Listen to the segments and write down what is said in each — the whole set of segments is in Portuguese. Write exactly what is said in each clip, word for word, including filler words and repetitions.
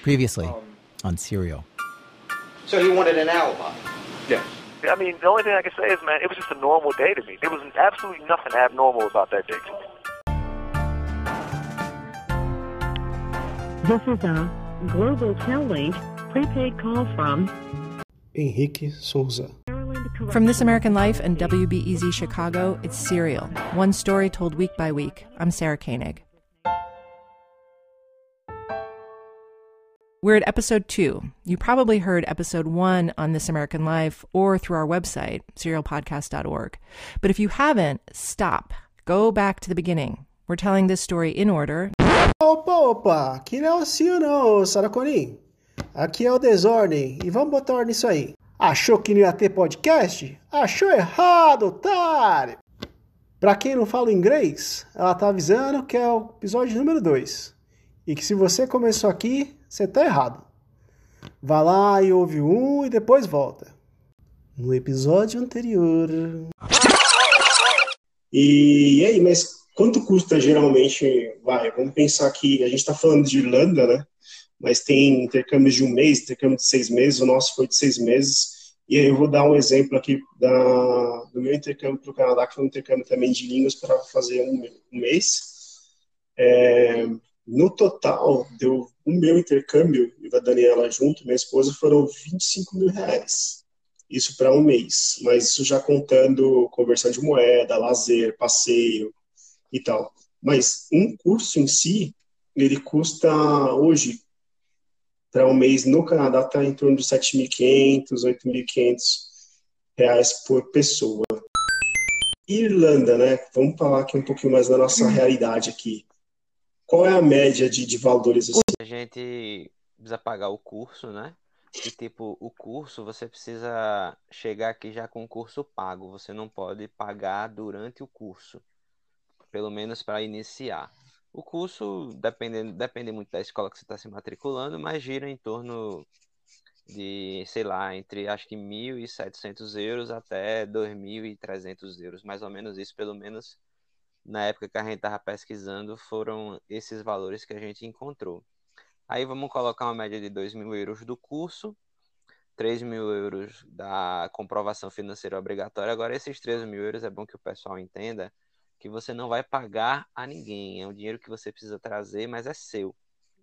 Previously on Serial. So he wanted an alibi? Yeah. I mean, the only thing I can say is, man, it was just a normal day to me. There was absolutely nothing abnormal about that day to me. This is a Global Tel-Link prepaid call from Henrique Souza. From This American Life and W B E Z Chicago, it's Serial. One story told week by week. I'm Sarah Koenig. We're at episode two. You probably heard episode one on This American Life or through our website, serial podcast dot org. But if you haven't, stop. Go back to the beginning. We're telling this story in order. Opa, opa, aqui não é o Cio não, Saraconim. Aqui é o Desordem e vamos botar ordem nisso aí. Achou que não ia ter podcast? Achou errado, otário! Pra quem não fala inglês, ela tá avisando que é o episódio número dois. E que se você começou aqui, você tá errado. Vá lá e ouve um e depois volta. No episódio anterior. E, e aí, mas quanto custa geralmente? Vai, vamos pensar que a gente tá falando de Irlanda, né? Mas tem intercâmbios de um mês, intercâmbio de seis meses, o nosso foi de seis meses. E aí eu vou dar um exemplo aqui da, do meu intercâmbio para o Canadá, que foi um intercâmbio também de línguas para fazer um, um mês. É, no total, deu o meu intercâmbio e da Daniela junto, minha esposa, foram vinte e cinco mil reais. Isso para um mês, mas isso já contando conversão de moeda, lazer, passeio e tal. Mas um curso em si, ele custa hoje, para um mês no Canadá, está em torno de sete mil e quinhentos, oito mil e quinhentos reais por pessoa. Irlanda, né? Vamos falar aqui um pouquinho mais da nossa realidade aqui. Qual é a média de, de valores? Assim? A gente precisa pagar o curso, né? E tipo, o curso, você precisa chegar aqui já com o curso pago. Você não pode pagar durante o curso. Pelo menos para iniciar. O curso depende, depende muito da escola que você está se matriculando, mas gira em torno de, sei lá, entre acho que mil e setecentos euros até dois mil e trezentos euros. Mais ou menos isso, pelo menos na época que a gente estava pesquisando, foram esses valores que a gente encontrou. Aí vamos colocar uma média de dois mil euros do curso, três mil euros da comprovação financeira obrigatória. Agora, esses três mil euros é bom que o pessoal entenda que você não vai pagar a ninguém. É um dinheiro que você precisa trazer, mas é seu.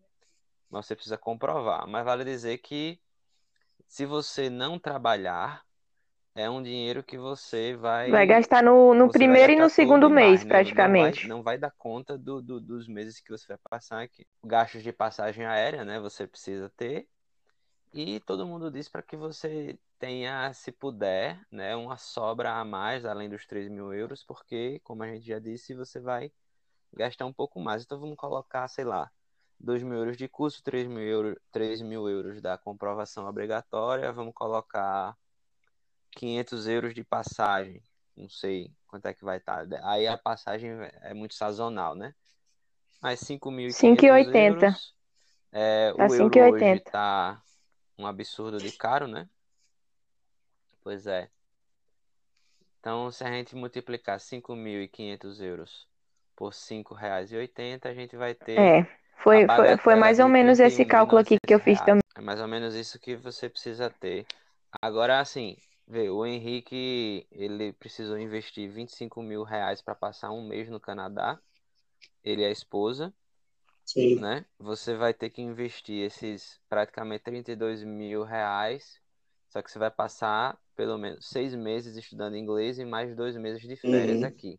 Mas você precisa comprovar. Mas vale dizer que se você não trabalhar, é um dinheiro que você vai... Vai gastar no, no primeiro e no segundo mês, né? praticamente. Não vai, não vai dar conta do, do, dos meses que você vai passar aqui. Gastos de passagem aérea, né? Você precisa ter. E todo mundo diz para que você tenha, se puder, né, uma sobra a mais, além dos três mil euros, porque, como a gente já disse, você vai gastar um pouco mais. Então vamos colocar, sei lá, dois mil euros de custo, três mil euros, três mil euros da comprovação obrigatória, vamos colocar quinhentos euros de passagem, não sei quanto é que vai estar. Aí a passagem é muito sazonal, né? Mas cinco mil e quinhentos euros. É, tá o euro hoje está um absurdo de caro, né? Pois é. Então, se a gente multiplicar cinco mil e quinhentos euros por cinco reais e oitenta, a gente vai ter... É, foi, foi, foi mais ou menos esse cálculo aqui que eu fiz também. É mais ou menos isso que você precisa ter. Agora, assim, vê, o Henrique, ele precisou investir vinte e cinco mil reais para passar um mês no Canadá. Ele e a esposa. Sim. Né? Você vai ter que investir esses praticamente trinta e dois mil reais, só que você vai passar pelo menos seis meses estudando inglês e mais dois meses de férias Uhum. aqui.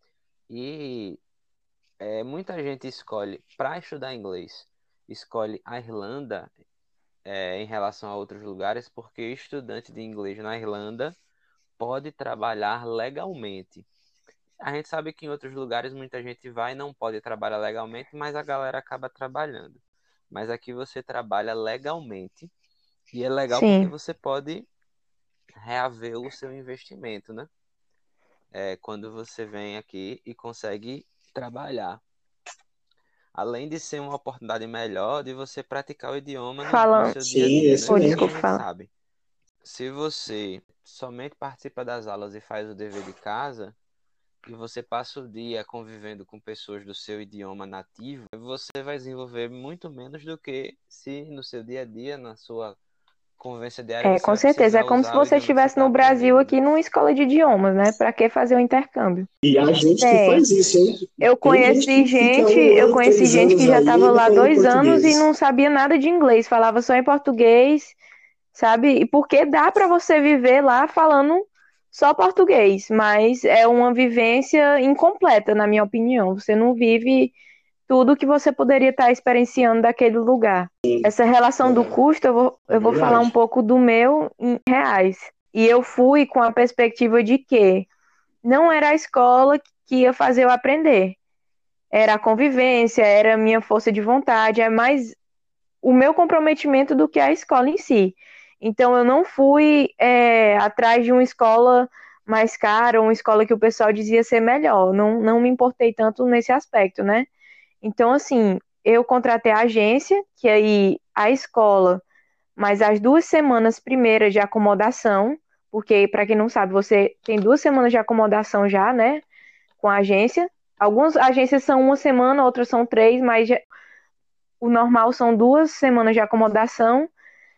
E é, muita gente escolhe, para estudar inglês, escolhe a Irlanda é, em relação a outros lugares, porque estudante de inglês na Irlanda pode trabalhar legalmente. A gente sabe que em outros lugares muita gente vai e não pode trabalhar legalmente, mas a galera acaba trabalhando. Mas aqui você trabalha legalmente e é legal Sim. porque você pode reaver o seu investimento, né? É, quando você vem aqui e consegue trabalhar. Além de ser uma oportunidade melhor de você praticar o idioma no, Fala... no seu dia a Sim, dia, né? excelente. Porque a gente Fala. sabe. Se você somente participa das aulas e faz o dever de casa, e você passa o dia convivendo com pessoas do seu idioma nativo, você vai desenvolver muito menos do que se no seu dia a dia, na sua convivência diária, É, você com vai certeza. É precisar como se usar o você idioma que você estivesse está no Brasil aprendendo, aqui né? numa escola de idiomas, né? Para que fazer o intercâmbio? E há gente que Tem. faz isso, hein? Eu Tem gente conheci que fica gente, um eu ano, conheci três gente que anos já aí e estava ainda lá falando dois anos e português. não sabia nada de inglês, falava só em português, sabe? E porque dá para você viver lá falando só português, mas é uma vivência incompleta, na minha opinião. Você não vive tudo que você poderia estar experienciando daquele lugar. Essa relação do É, custo, eu vou, é eu vou falar um verdade. pouco do meu em reais. E eu fui com a perspectiva de que não era a escola que ia fazer eu aprender. Era a convivência, era a minha força de vontade, é mais o meu comprometimento do que a escola em si. Então, eu não fui é, atrás de uma escola mais cara, uma escola que o pessoal dizia ser melhor. Não, não me importei tanto nesse aspecto, né? Então, assim, eu contratei a agência, que aí a escola, mas as duas semanas primeiras de acomodação, porque, para quem não sabe, você tem duas semanas de acomodação já, né? Com a agência. Algumas agências são uma semana, outras são três, mas já- o normal são duas semanas de acomodação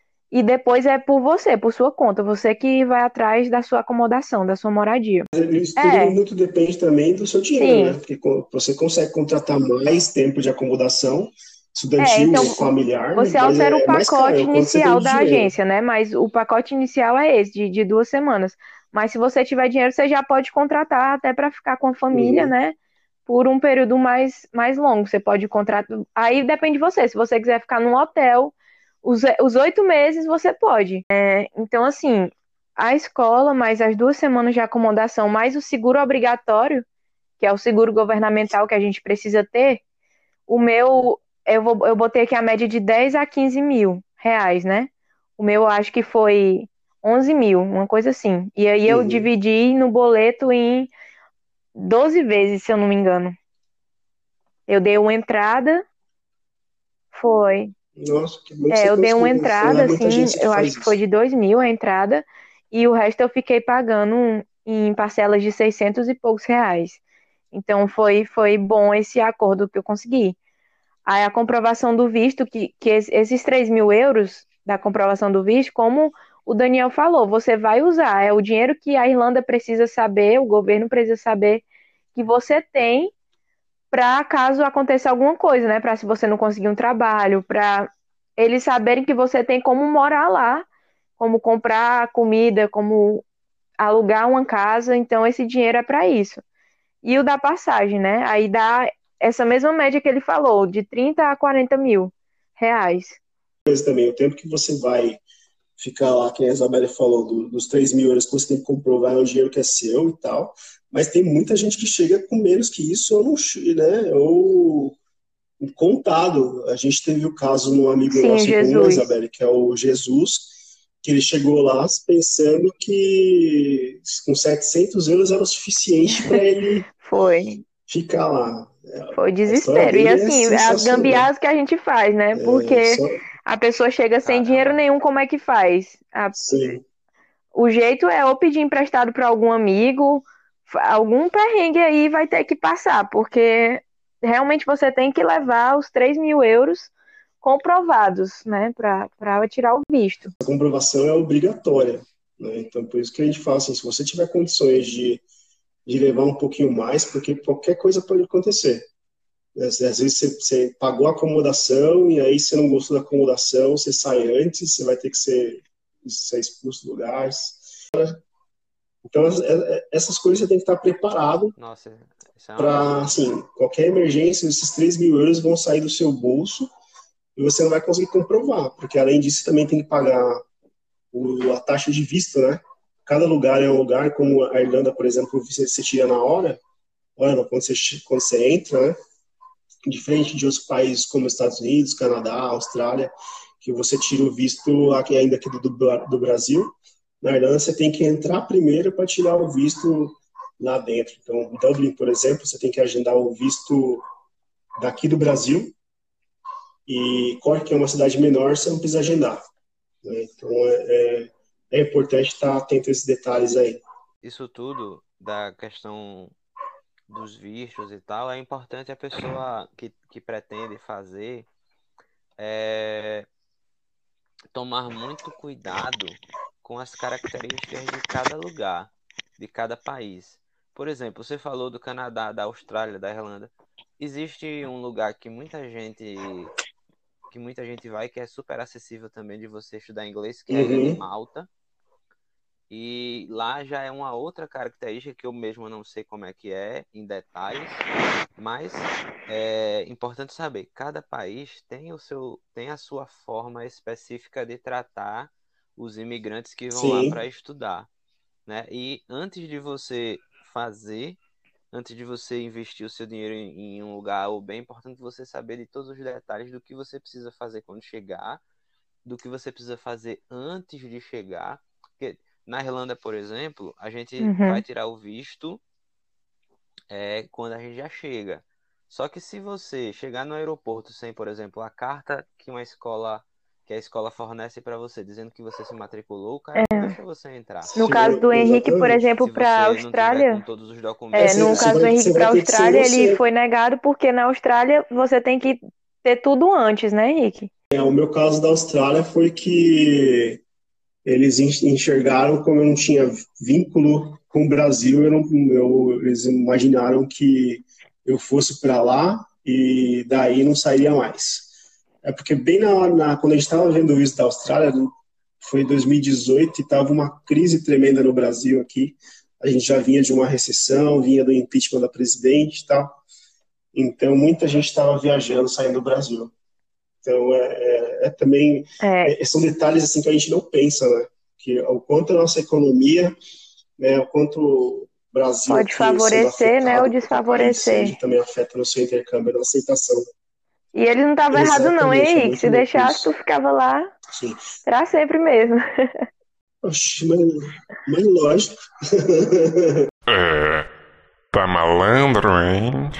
e depois é por você, por sua conta, você que vai atrás da sua acomodação, da sua moradia. Isso tudo É, muito depende também do seu dinheiro, né? sim. Porque co- você consegue contratar mais tempo de acomodação É, estudantil então ou familiar, você mas altera o é, é mais caro, é pacote o quanto você tem inicial de da dinheiro. agência, né? Mas o pacote inicial é esse, de, de duas semanas. Mas se você tiver dinheiro, você já pode contratar até para ficar com a família, Uhum. né? Por um período mais, mais longo. Você pode contratar. Aí depende de você. Se você quiser ficar num hotel, os, os oito meses você pode. É, então, assim, a escola, mais as duas semanas de acomodação, mais o seguro obrigatório, que é o seguro governamental que a gente precisa ter, o meu, eu, vou, eu botei aqui a média de dez a quinze mil reais, né? O meu, eu acho que foi onze mil, uma coisa assim. E aí eu Uhum. dividi no boleto em doze vezes, se eu não me engano. Eu dei uma entrada, foi. Nossa, que bom que É, você eu dei uma conseguiu. Não entrada, é muita assim, agência que eu acho faz que foi isso. de dois mil a entrada, e o resto eu fiquei pagando em parcelas de seiscentos e poucos reais. Então foi, foi bom esse acordo que eu consegui. Aí a comprovação do visto, que, que es- esses três mil euros da comprovação do visto, como o Daniel falou, você vai usar. É o dinheiro que a Irlanda precisa saber, o governo precisa saber que você tem para caso aconteça alguma coisa, né? Para se você não conseguir um trabalho, para eles saberem que você tem como morar lá, como comprar comida, como alugar uma casa. Então esse dinheiro é para isso. E o da passagem, né? Aí dá essa mesma média que ele falou, de trinta a quarenta mil reais. Mas também, o tempo que você vai ficar lá, que a Isabela falou, do- dos três mil euros que você tem que comprovar, é um dinheiro que é seu e tal, mas tem muita gente que chega com menos que isso, ou não, che- né, ou contado. A gente teve o caso de um amigo Sim, nosso em comum, Jesus. Isabela, que é o Jesus, que ele chegou lá pensando que com setecentos euros era o suficiente para ele Foi. ficar lá. Foi A história desespero. E dele é assim, as sensacional. gambiarras que a gente faz, né? É Porque só, a pessoa chega sem dinheiro Caramba. nenhum, como é que faz? A- sim, o jeito é ou pedir emprestado para algum amigo, fa- algum perrengue aí vai ter que passar, porque realmente você tem que levar os três mil euros comprovados, né? Para tirar o visto. a comprovação é obrigatória, né? Então, por isso que a gente fala assim, se você tiver condições de, de levar um pouquinho mais, porque qualquer coisa pode acontecer. Né? Às vezes você, você pagou a acomodação e aí você não gostou da acomodação, você sai antes, você vai ter que ser, ser expulso do lugar. Então, as- é- é- essas coisas você tem que estar preparado Nossa, isso é um para, absurdo. assim, qualquer emergência, esses três mil euros vão sair do seu bolso e você não vai conseguir comprovar, porque além disso, você também tem que pagar o, a taxa de visto, né? Cada lugar é um lugar, como a Irlanda, por exemplo, você, você tira na hora, olha, quando você, quando você entra, né? Diferente de outros países como Estados Unidos, Canadá, Austrália, que você tira o visto aqui, ainda aqui do, do, do Brasil, na Irlanda você tem que entrar primeiro para tirar o visto lá dentro. Então, em Dublin, por exemplo, você tem que agendar o visto daqui do Brasil, e Cork, que é uma cidade menor, você não precisa agendar. Né? Então, é, é, é importante estar atento a esses detalhes aí. Isso tudo da questão dos vistos e tal, é importante a pessoa que, que pretende fazer é, tomar muito cuidado com as características de cada lugar, de cada país. Por exemplo, você falou do Canadá, da Austrália, da Irlanda. Existe um lugar que muita gente que muita gente vai, que é super acessível também de você estudar inglês, que é a Ilha de Uhum. Malta. E lá já é uma outra característica que eu mesmo não sei como é que é em detalhes, mas é importante saber, cada país tem o seu, tem a sua forma específica de tratar os imigrantes que vão lá para Sim, estudar, né? E antes de você fazer, antes de você investir o seu dinheiro em, em um lugar, é bem importante você saber de todos os detalhes do que você precisa fazer quando chegar, do que você precisa fazer antes de chegar. Porque na Irlanda, por exemplo, a gente vai Uhum. tirar o visto é, quando a gente já chega. Só que se você chegar no aeroporto sem, por exemplo, a carta que uma escola, que a escola fornece para você, dizendo que você se matriculou, o cara não deixa você entrar. No sim, caso do Henrique, por exatamente. exemplo, Se para a você não tiver com Austrália, todos os É, é, documentos no você caso do vai, Henrique você para vai a ter que ser Austrália, ele você. foi negado porque na Austrália você tem que ter tudo antes, né, Henrique? É, o meu caso da Austrália foi que eles en- enxergaram como eu não tinha vínculo com o Brasil, eu não, eu- eles imaginaram que eu fosse para lá e daí não sairia mais. É porque bem na, na- quando a gente estava vendo isso da Austrália, foi em dois mil e dezoito e estava uma crise tremenda no Brasil aqui. A gente já vinha de uma recessão, vinha do impeachment da presidente e tal. Então muita gente estava viajando, saindo do Brasil. Então, é, é, é também, É, é, são detalhes assim que a gente não pensa, né? Que o quanto a nossa economia, né, o quanto o Brasil pode aqui sendo favorecer, né, ou afetado por qualquer país desfavorecer. seja, também afeta no seu intercâmbio, na aceitação. E ele não estava errado não, hein, Exatamente, é Henrique? muito Se louco deixasse, tu isso. ficava lá Sim. pra sempre mesmo. Oxe, mas, mas lógico. É, tá malandro, hein?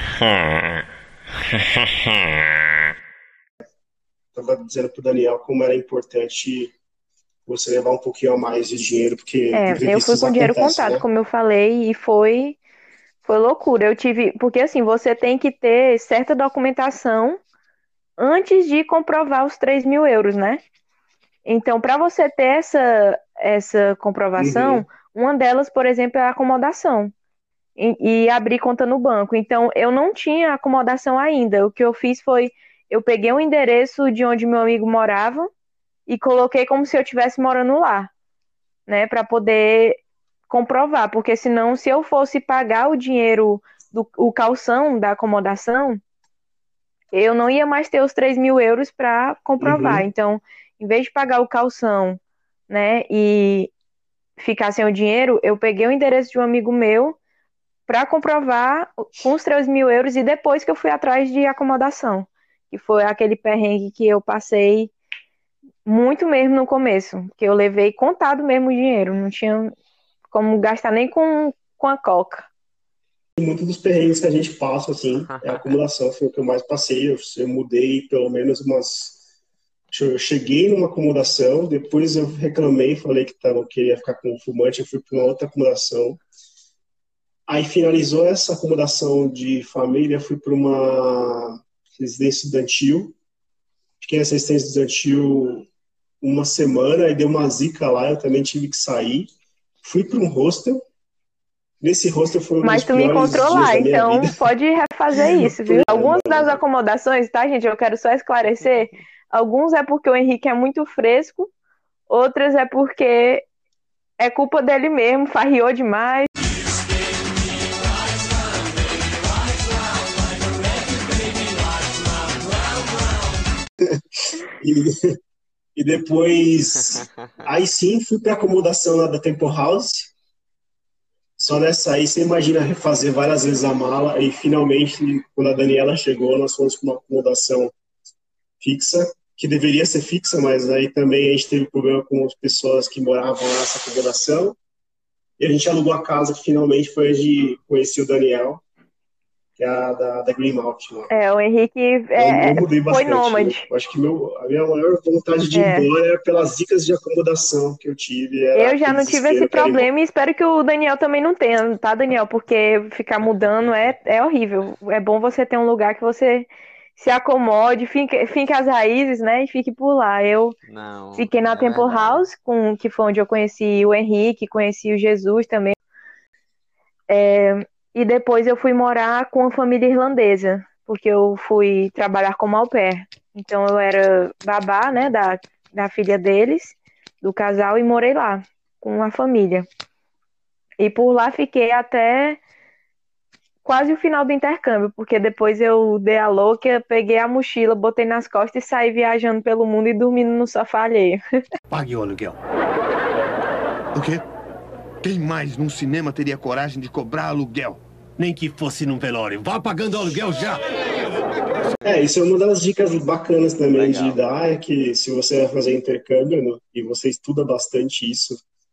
Estava dizendo para o Daniel como era importante você levar um pouquinho a mais de dinheiro, porque É, eu fui imprevistos com dinheiro acontecem, contado, né? como eu falei, e foi, foi loucura. Eu tive, porque assim, você tem que ter certa documentação antes de comprovar os três mil euros, né? Então, para você ter essa, essa comprovação, Uhum, uma delas, por exemplo, é a acomodação e, e abrir conta no banco. Então, eu não tinha acomodação ainda. O que eu fiz foi, eu peguei o endereço de onde meu amigo morava e coloquei como se eu estivesse morando lá, né, para poder comprovar, porque senão, se eu fosse pagar o dinheiro do o calção da acomodação, eu não ia mais ter os três mil euros para comprovar. uhum. Então, em vez de pagar o calção, né, e ficar sem o dinheiro, eu peguei o endereço de um amigo meu para comprovar com os três mil euros e depois que eu fui atrás de acomodação, que foi aquele perrengue que eu passei muito mesmo no começo, que eu levei contado mesmo o dinheiro, não tinha como gastar nem com, com a coca. Muitos dos perrengues que a gente passa, assim, é a acumulação, foi o que eu mais passei. Eu, eu mudei pelo menos umas. Eu cheguei numa acomodação, depois eu reclamei, falei que tava, queria ficar com o fumante, eu fui para uma outra acomodação. Aí finalizou essa acomodação de família, eu fui para uma residência estudantil. Fiquei nessa residência estudantil uma semana, e deu uma zica lá, eu também tive que sair. Fui para um hostel. Nesse hostel foi um dos Mas tu me piores encontrou dias lá, da minha vida. então pode refazer isso, viu? Algumas das acomodações, tá, gente? Eu quero só esclarecer. Alguns é porque o Henrique é muito fresco, outras é porque é culpa dele mesmo, farriou demais. E, e depois, aí sim, fui para acomodação lá da Temple House. Só nessa aí, você imagina refazer várias vezes a mala. E finalmente, quando a Daniela chegou, nós fomos para uma acomodação fixa, que deveria ser fixa, mas aí também a gente teve problema com as pessoas que moravam lá nessa acomodação. E a gente alugou a casa, que finalmente foi de conhecer o Daniel, que é a da, da Green Mountain lá. É, o Henrique é, eu, eu mudei foi bastante. nômade. Eu acho que meu, a minha maior vontade de ir É. embora era pelas dicas de acomodação que eu tive. Era Eu já não tive esse problema e espero que o Daniel também não tenha, tá, Daniel? Porque ficar mudando é, é horrível. É bom você ter um lugar que você se acomode, fique, fique as raízes, né? E fique por lá. Eu Não, fiquei na é Temple verdade. House, com, que foi onde eu conheci o Henrique, conheci o Jesus também. É, e depois eu fui morar com a família irlandesa, porque eu fui trabalhar como au pair. Então eu era babá, né, da, da filha deles, do casal, e morei lá com a família. E por lá fiquei até quase o final do intercâmbio, porque depois eu dei a louca, peguei a mochila, botei nas costas e saí viajando pelo mundo e dormindo no sofá alheio. Pague o aluguel. O quê? Quem mais num cinema teria coragem de cobrar aluguel? Nem que fosse num velório. Vá pagando o aluguel já! É, isso é uma das dicas bacanas também Legal. de dar, é que se você vai fazer intercâmbio, né, e você estuda bastante isso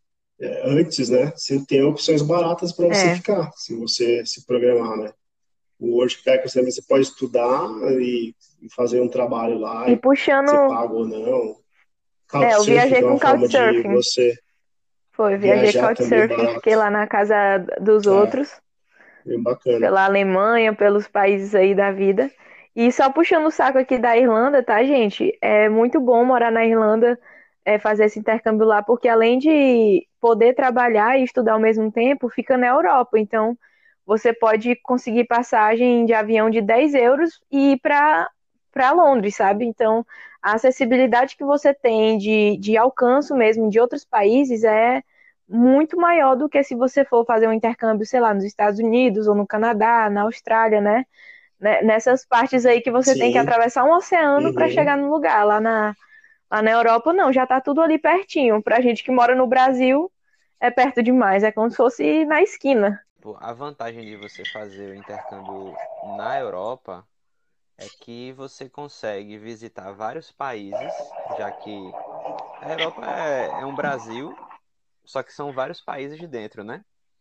é, antes, né, você tem opções baratas para você É. ficar, se você se programar, né. O Workpackers também você pode estudar e, e fazer um trabalho lá, E e puxando. ser pago ou não. É, eu Couchsurfing, viajei que é com uma forma de Couchsurfing. você Foi, viajei viajar também Couchsurfing, barato. fiquei lá na casa dos É, outros, bem bacana. pela Alemanha, pelos países aí da vida. E só puxando o saco aqui da Irlanda, tá, gente? É muito bom morar na Irlanda, é, fazer esse intercâmbio lá, porque além de poder trabalhar e estudar ao mesmo tempo, fica na Europa. Então, você pode conseguir passagem de avião de dez euros e ir para para Londres, sabe? Então, a acessibilidade que você tem de, de alcance mesmo de outros países é muito maior do que se você for fazer um intercâmbio, sei lá, nos Estados Unidos ou no Canadá, na Austrália, né? Né, nessas partes aí que você tem que Sim. atravessar um oceano para Uhum. chegar no lugar. Lá na, lá na Europa, não, já tá tudo ali pertinho. Pra gente que mora no Brasil, é perto demais, é como se fosse na esquina. Pô, a vantagem de você fazer o intercâmbio na Europa é que você consegue visitar vários países, já que a Europa é, é um Brasil, só que são vários países de dentro, né?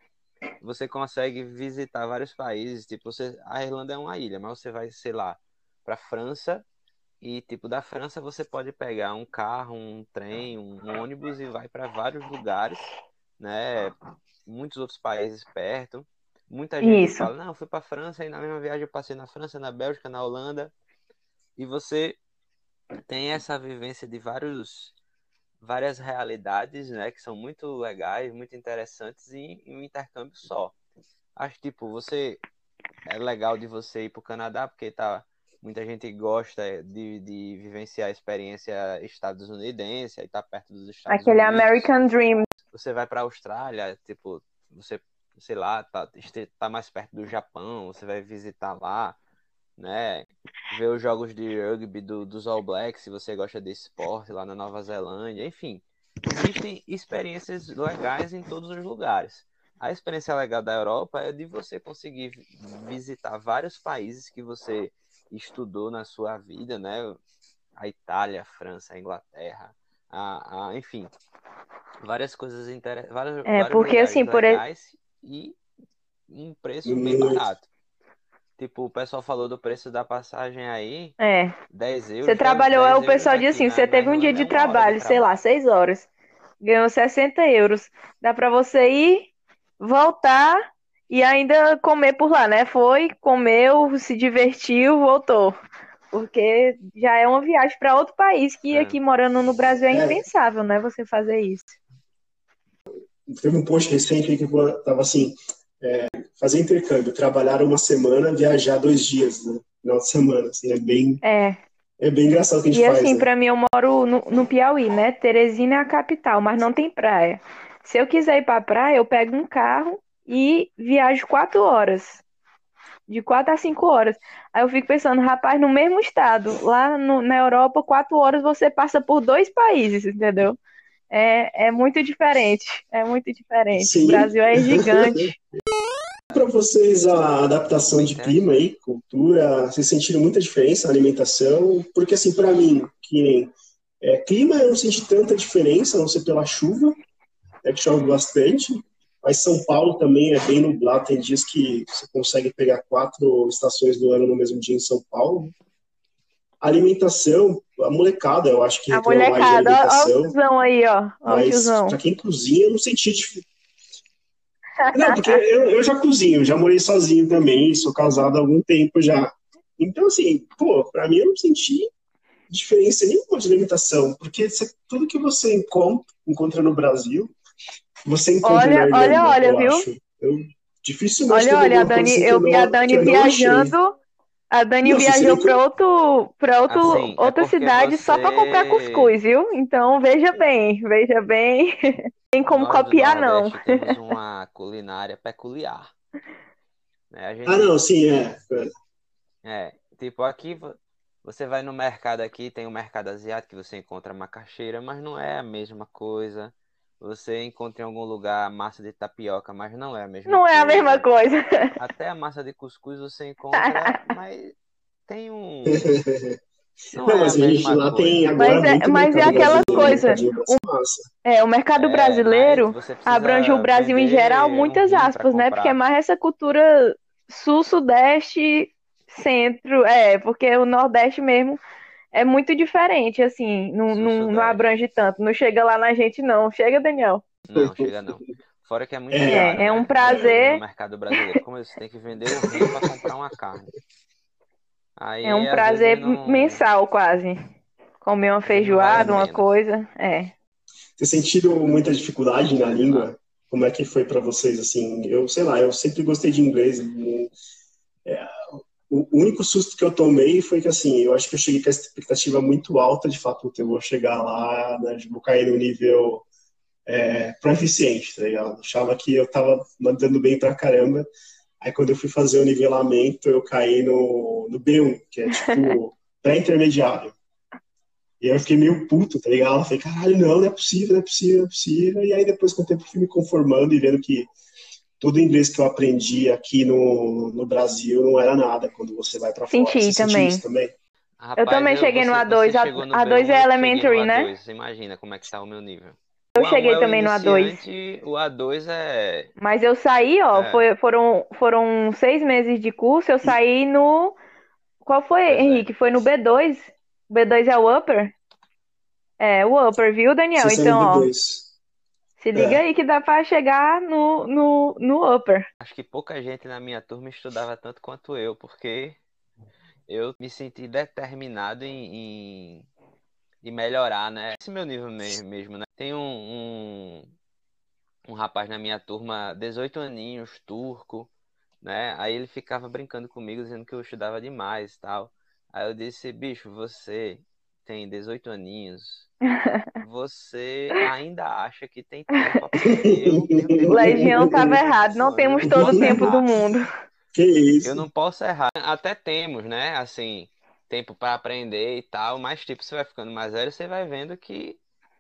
Você consegue visitar vários países, tipo, você, a Irlanda é uma ilha, mas você vai, sei lá, para França e, tipo, da França você pode pegar um carro, um trem, um ônibus e vai para vários lugares, né? Muitos outros países perto. Muita gente Isso. fala, não, eu fui para França e na mesma viagem eu passei na França, na Bélgica, na Holanda. E você tem essa vivência de vários, várias realidades, né, que são muito legais, muito interessantes em, em um intercâmbio só. Acho tipo, você é legal de você ir para o Canadá porque tá, muita gente gosta de, de vivenciar a experiência estadunidense, aí tá perto dos Estados Aquele Unidos. American Dream. Você vai para a Austrália, tipo, você, sei lá, tá, tá mais perto do Japão, você vai visitar lá, né? Ver os jogos de rugby do, dos All Blacks, se você gosta de esporte lá na Nova Zelândia, enfim. Existem experiências legais em todos os lugares. A experiência legal da Europa é de você conseguir visitar vários países que você estudou na sua vida, né? A Itália, a França, a Inglaterra, a, a, enfim, várias coisas interessantes, vários, É, vários porque lugares assim, por e- legais e um preço bem Muito. barato. Tipo, o pessoal falou do preço da passagem aí, É. dez euros. Você trabalhou, é o pessoal diz assim, na, você na teve um dia Irlanda é de uma hora trabalho, sei lá, trabalho. seis horas. Ganhou sessenta euros. Dá pra você ir, voltar e ainda comer por lá, né? Foi, comeu, se divertiu, voltou. Porque já é uma viagem pra outro país que É. aqui morando no Brasil é É. impensável, né? Você fazer isso. Teve um post recente aí que eu tava assim, é, fazer intercâmbio, trabalhar uma semana, viajar dois dias, né? Final de semana, assim, é bem, É. é bem engraçado o que a gente E faz, assim, né? pra mim, eu moro no, no Piauí, né? Teresina é a capital, mas não tem praia. Se eu quiser ir pra praia, eu pego um carro e viajo quatro horas. De quatro a cinco horas. Aí eu fico pensando, rapaz, no mesmo estado, lá no- na Europa, quatro horas você passa por dois países, entendeu? É, é muito diferente. É muito diferente. O Sim. Brasil é gigante. Para vocês a adaptação Bem de clima aí, cultura, vocês sentiram muita diferença na alimentação? Porque assim, para mim, que nem é, clima eu não senti tanta diferença, a não ser pela chuva, é que chove bastante, Mas São Paulo também é bem nublado. Tem dias que você consegue pegar quatro estações do ano no mesmo dia em São Paulo. A alimentação, a molecada, eu acho que A reclama mais de molecada, ó, ó o alimentação. tiozão aí, ó. Ó o Mas tiozão. pra quem cozinha, eu não senti diferença. Não, porque eu, eu já cozinho, já morei sozinho também, sou casado há algum tempo já. Então, assim, pô, pra mim eu não senti diferença nenhuma de alimentação, porque você- tudo que você encontra, encontra no Brasil, você encontra na Olha, Irlanda, olha, olha, eu viu? acho. Eu dificilmente Olha, teve olha, a alguma coisa Dani, assim que eu eu vi a não, Dani que eu não achei. viajando. A Dani Não, se você viajou não para outro, para outro, Assim, é outra porque cidade só para comprar cuscuz, você. viu? Então veja bem, veja bem. Tem como Nós do copiar, não. Nordeste temos uma culinária peculiar, né? A Ah, gente, não, sim, é. é, tipo, aqui vo- você vai no mercado aqui, tem o mercado asiático que você encontra macaxeira, mas não é a mesma coisa. Você encontra em algum lugar massa de tapioca, mas não é a mesma Não é a mesma coisa. coisa. Até a massa de cuscuz você encontra, mas tem um. Não Não, é a mas a gente mesma lá tem coisa. agora Mas é, muito mas é mercado aquela brasileiro, coisa. mercadinho dessa massa. É, o mercado É, mas brasileiro você abrange o precisa Brasil em geral, vender um muitas rim para aspas, né? Porque é comprar. mais essa cultura sul, sudeste, centro, é, porque o nordeste mesmo é muito diferente, assim, não, não, não Sul-Sudeste. abrange tanto, não chega lá na gente, não. Chega, Daniel? Não, chega não. Fora que é muito É, caro, É, é um né? As coisas no prazer, mercado brasileiro. Como você tem que vender o rim para comprar uma carne. é um Aí, às vezes, prazer não, mensal, quase. Comer uma às vezes não vale a feijoada, uma pena. coisa, é. Tem sentido muita dificuldade na Sei lá. língua? Como é que foi para vocês, assim? Eu, sei lá, eu sempre gostei de inglês. não- é, o único susto que eu tomei foi que, assim, eu acho que eu cheguei com a expectativa muito alta, de fato, eu vou chegar lá, né, vou cair no nível é, proficiente, tá ligado? Eu achava que eu tava mandando bem pra caramba. Aí quando eu fui fazer o nivelamento, eu caí no, no B um, que é tipo pré-intermediário. E aí eu fiquei meio puto, tá ligado? Eu falei, caralho, não, não é possível, não é possível, não é possível. E aí depois com o tempo eu fui me conformando e vendo que todo o inglês que eu aprendi aqui no, no Brasil não era nada quando você vai pra fora. Você Senti sentiu também. isso também? Eu Rapaz, também eu, cheguei no você, você A dois. A, chegou no A2 B um, é eu cheguei no elementary, né? A dois. Você imagina como é que tá o meu nível. Eu O A um cheguei é o também no A dois. iniciante, o A dois é... Mas eu saí, ó, É, foi, foram, foram seis meses de curso, eu saí no. Qual foi, pois é. Henrique? Foi no B dois? O B dois é o upper? É, o upper, viu, Daniel? Você saiu Então, do ó, B dois. se liga É. aí que dá pra chegar no, no, no upper. Acho que pouca gente na minha turma estudava tanto quanto eu, porque eu me senti determinado em, em, em melhorar, né? Esse meu nível mesmo, mesmo, né? Tem um, um, um rapaz na minha turma, dezoito aninhos, turco, né? Aí ele ficava brincando comigo, dizendo que eu estudava demais e tal. Aí eu disse, bicho, você tem dezoito aninhos, você ainda acha que tem tempo pra aprender. Eu, eu tenho Legião trinta tava anos, errado, não mano, eu temos não todo o posso tempo do errar. mundo. Que Eu isso? não posso errar. Até temos, né? Assim, tempo para aprender e tal, mas tipo, você vai ficando mais velho, você vai vendo que,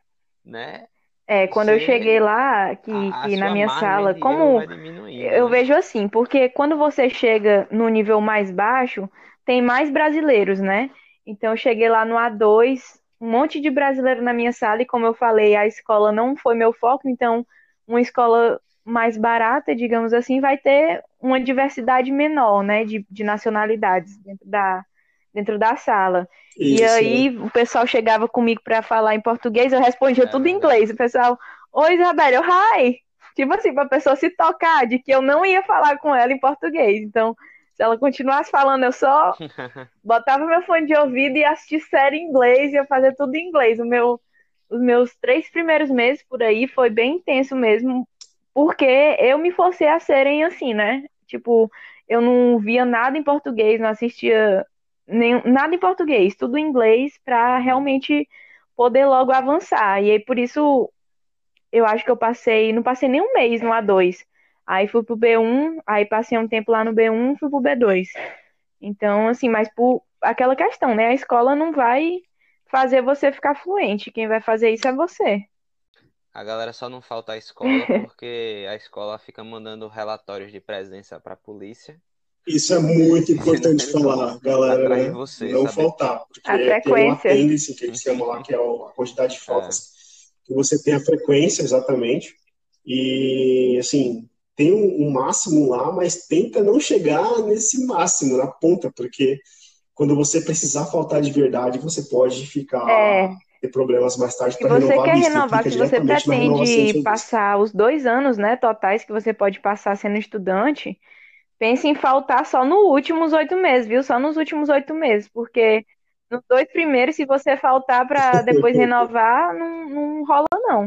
né? É, quando eu cheguei Você, lá, que, a, a que na sua minha margem sala, de erro como vai diminuindo, eu né? vejo assim, porque quando você chega no nível mais baixo, tem mais brasileiros, né? Então eu cheguei lá no A dois, um monte de brasileiro na minha sala, e como eu falei, a escola não foi meu foco, então uma escola mais barata, digamos assim, vai ter uma diversidade menor, né, de, de nacionalidades dentro da, dentro da sala. E Isso, né? aí o pessoal chegava comigo para falar em português, eu respondia É tudo em verdade. inglês. O pessoal, oi Isabela, eu, hi! Tipo assim, pra pessoa se tocar de que eu não ia falar com ela em português. Então, se ela continuasse falando, eu só botava meu fone de ouvido e assistia série em inglês, ia fazer tudo em inglês. O meu, os meus três primeiros meses por aí foi bem intenso mesmo, porque eu me forcei a serem assim, né? Tipo, eu não via nada em português, não assistia nem, nada em português, tudo em inglês pra realmente poder logo avançar. E aí, por isso, eu acho que eu passei, não passei nem um mês no A dois. Aí fui pro B um, aí passei um tempo lá no B um, fui pro B dois. Então, assim, mas por aquela questão, né? A escola não vai fazer você ficar fluente. Quem vai fazer isso é você. A galera só não falta à escola porque a escola fica mandando relatórios de presença pra polícia, Isso é muito dizendo que importante eles vão falar, galera, atrás de né? você, Não sabe? faltar, porque A tem um frequência. apêndice que eles chamam lá, que é a quantidade de É, faltas que você tem a frequência, exatamente. E, assim, tem um, um máximo lá, mas tenta não chegar nesse máximo, na ponta, porque quando você precisar faltar de verdade, você pode ficar, É, ter problemas mais tarde se para você renovar quer visto. renovar, Implica se você diretamente na renovação do pretende seu visto. passar os dois anos, né, totais que você pode passar sendo estudante, pense em faltar só nos últimos oito meses, viu? Só nos últimos oito meses, porque nos dois primeiros, se você faltar para depois renovar, não, não rola, não.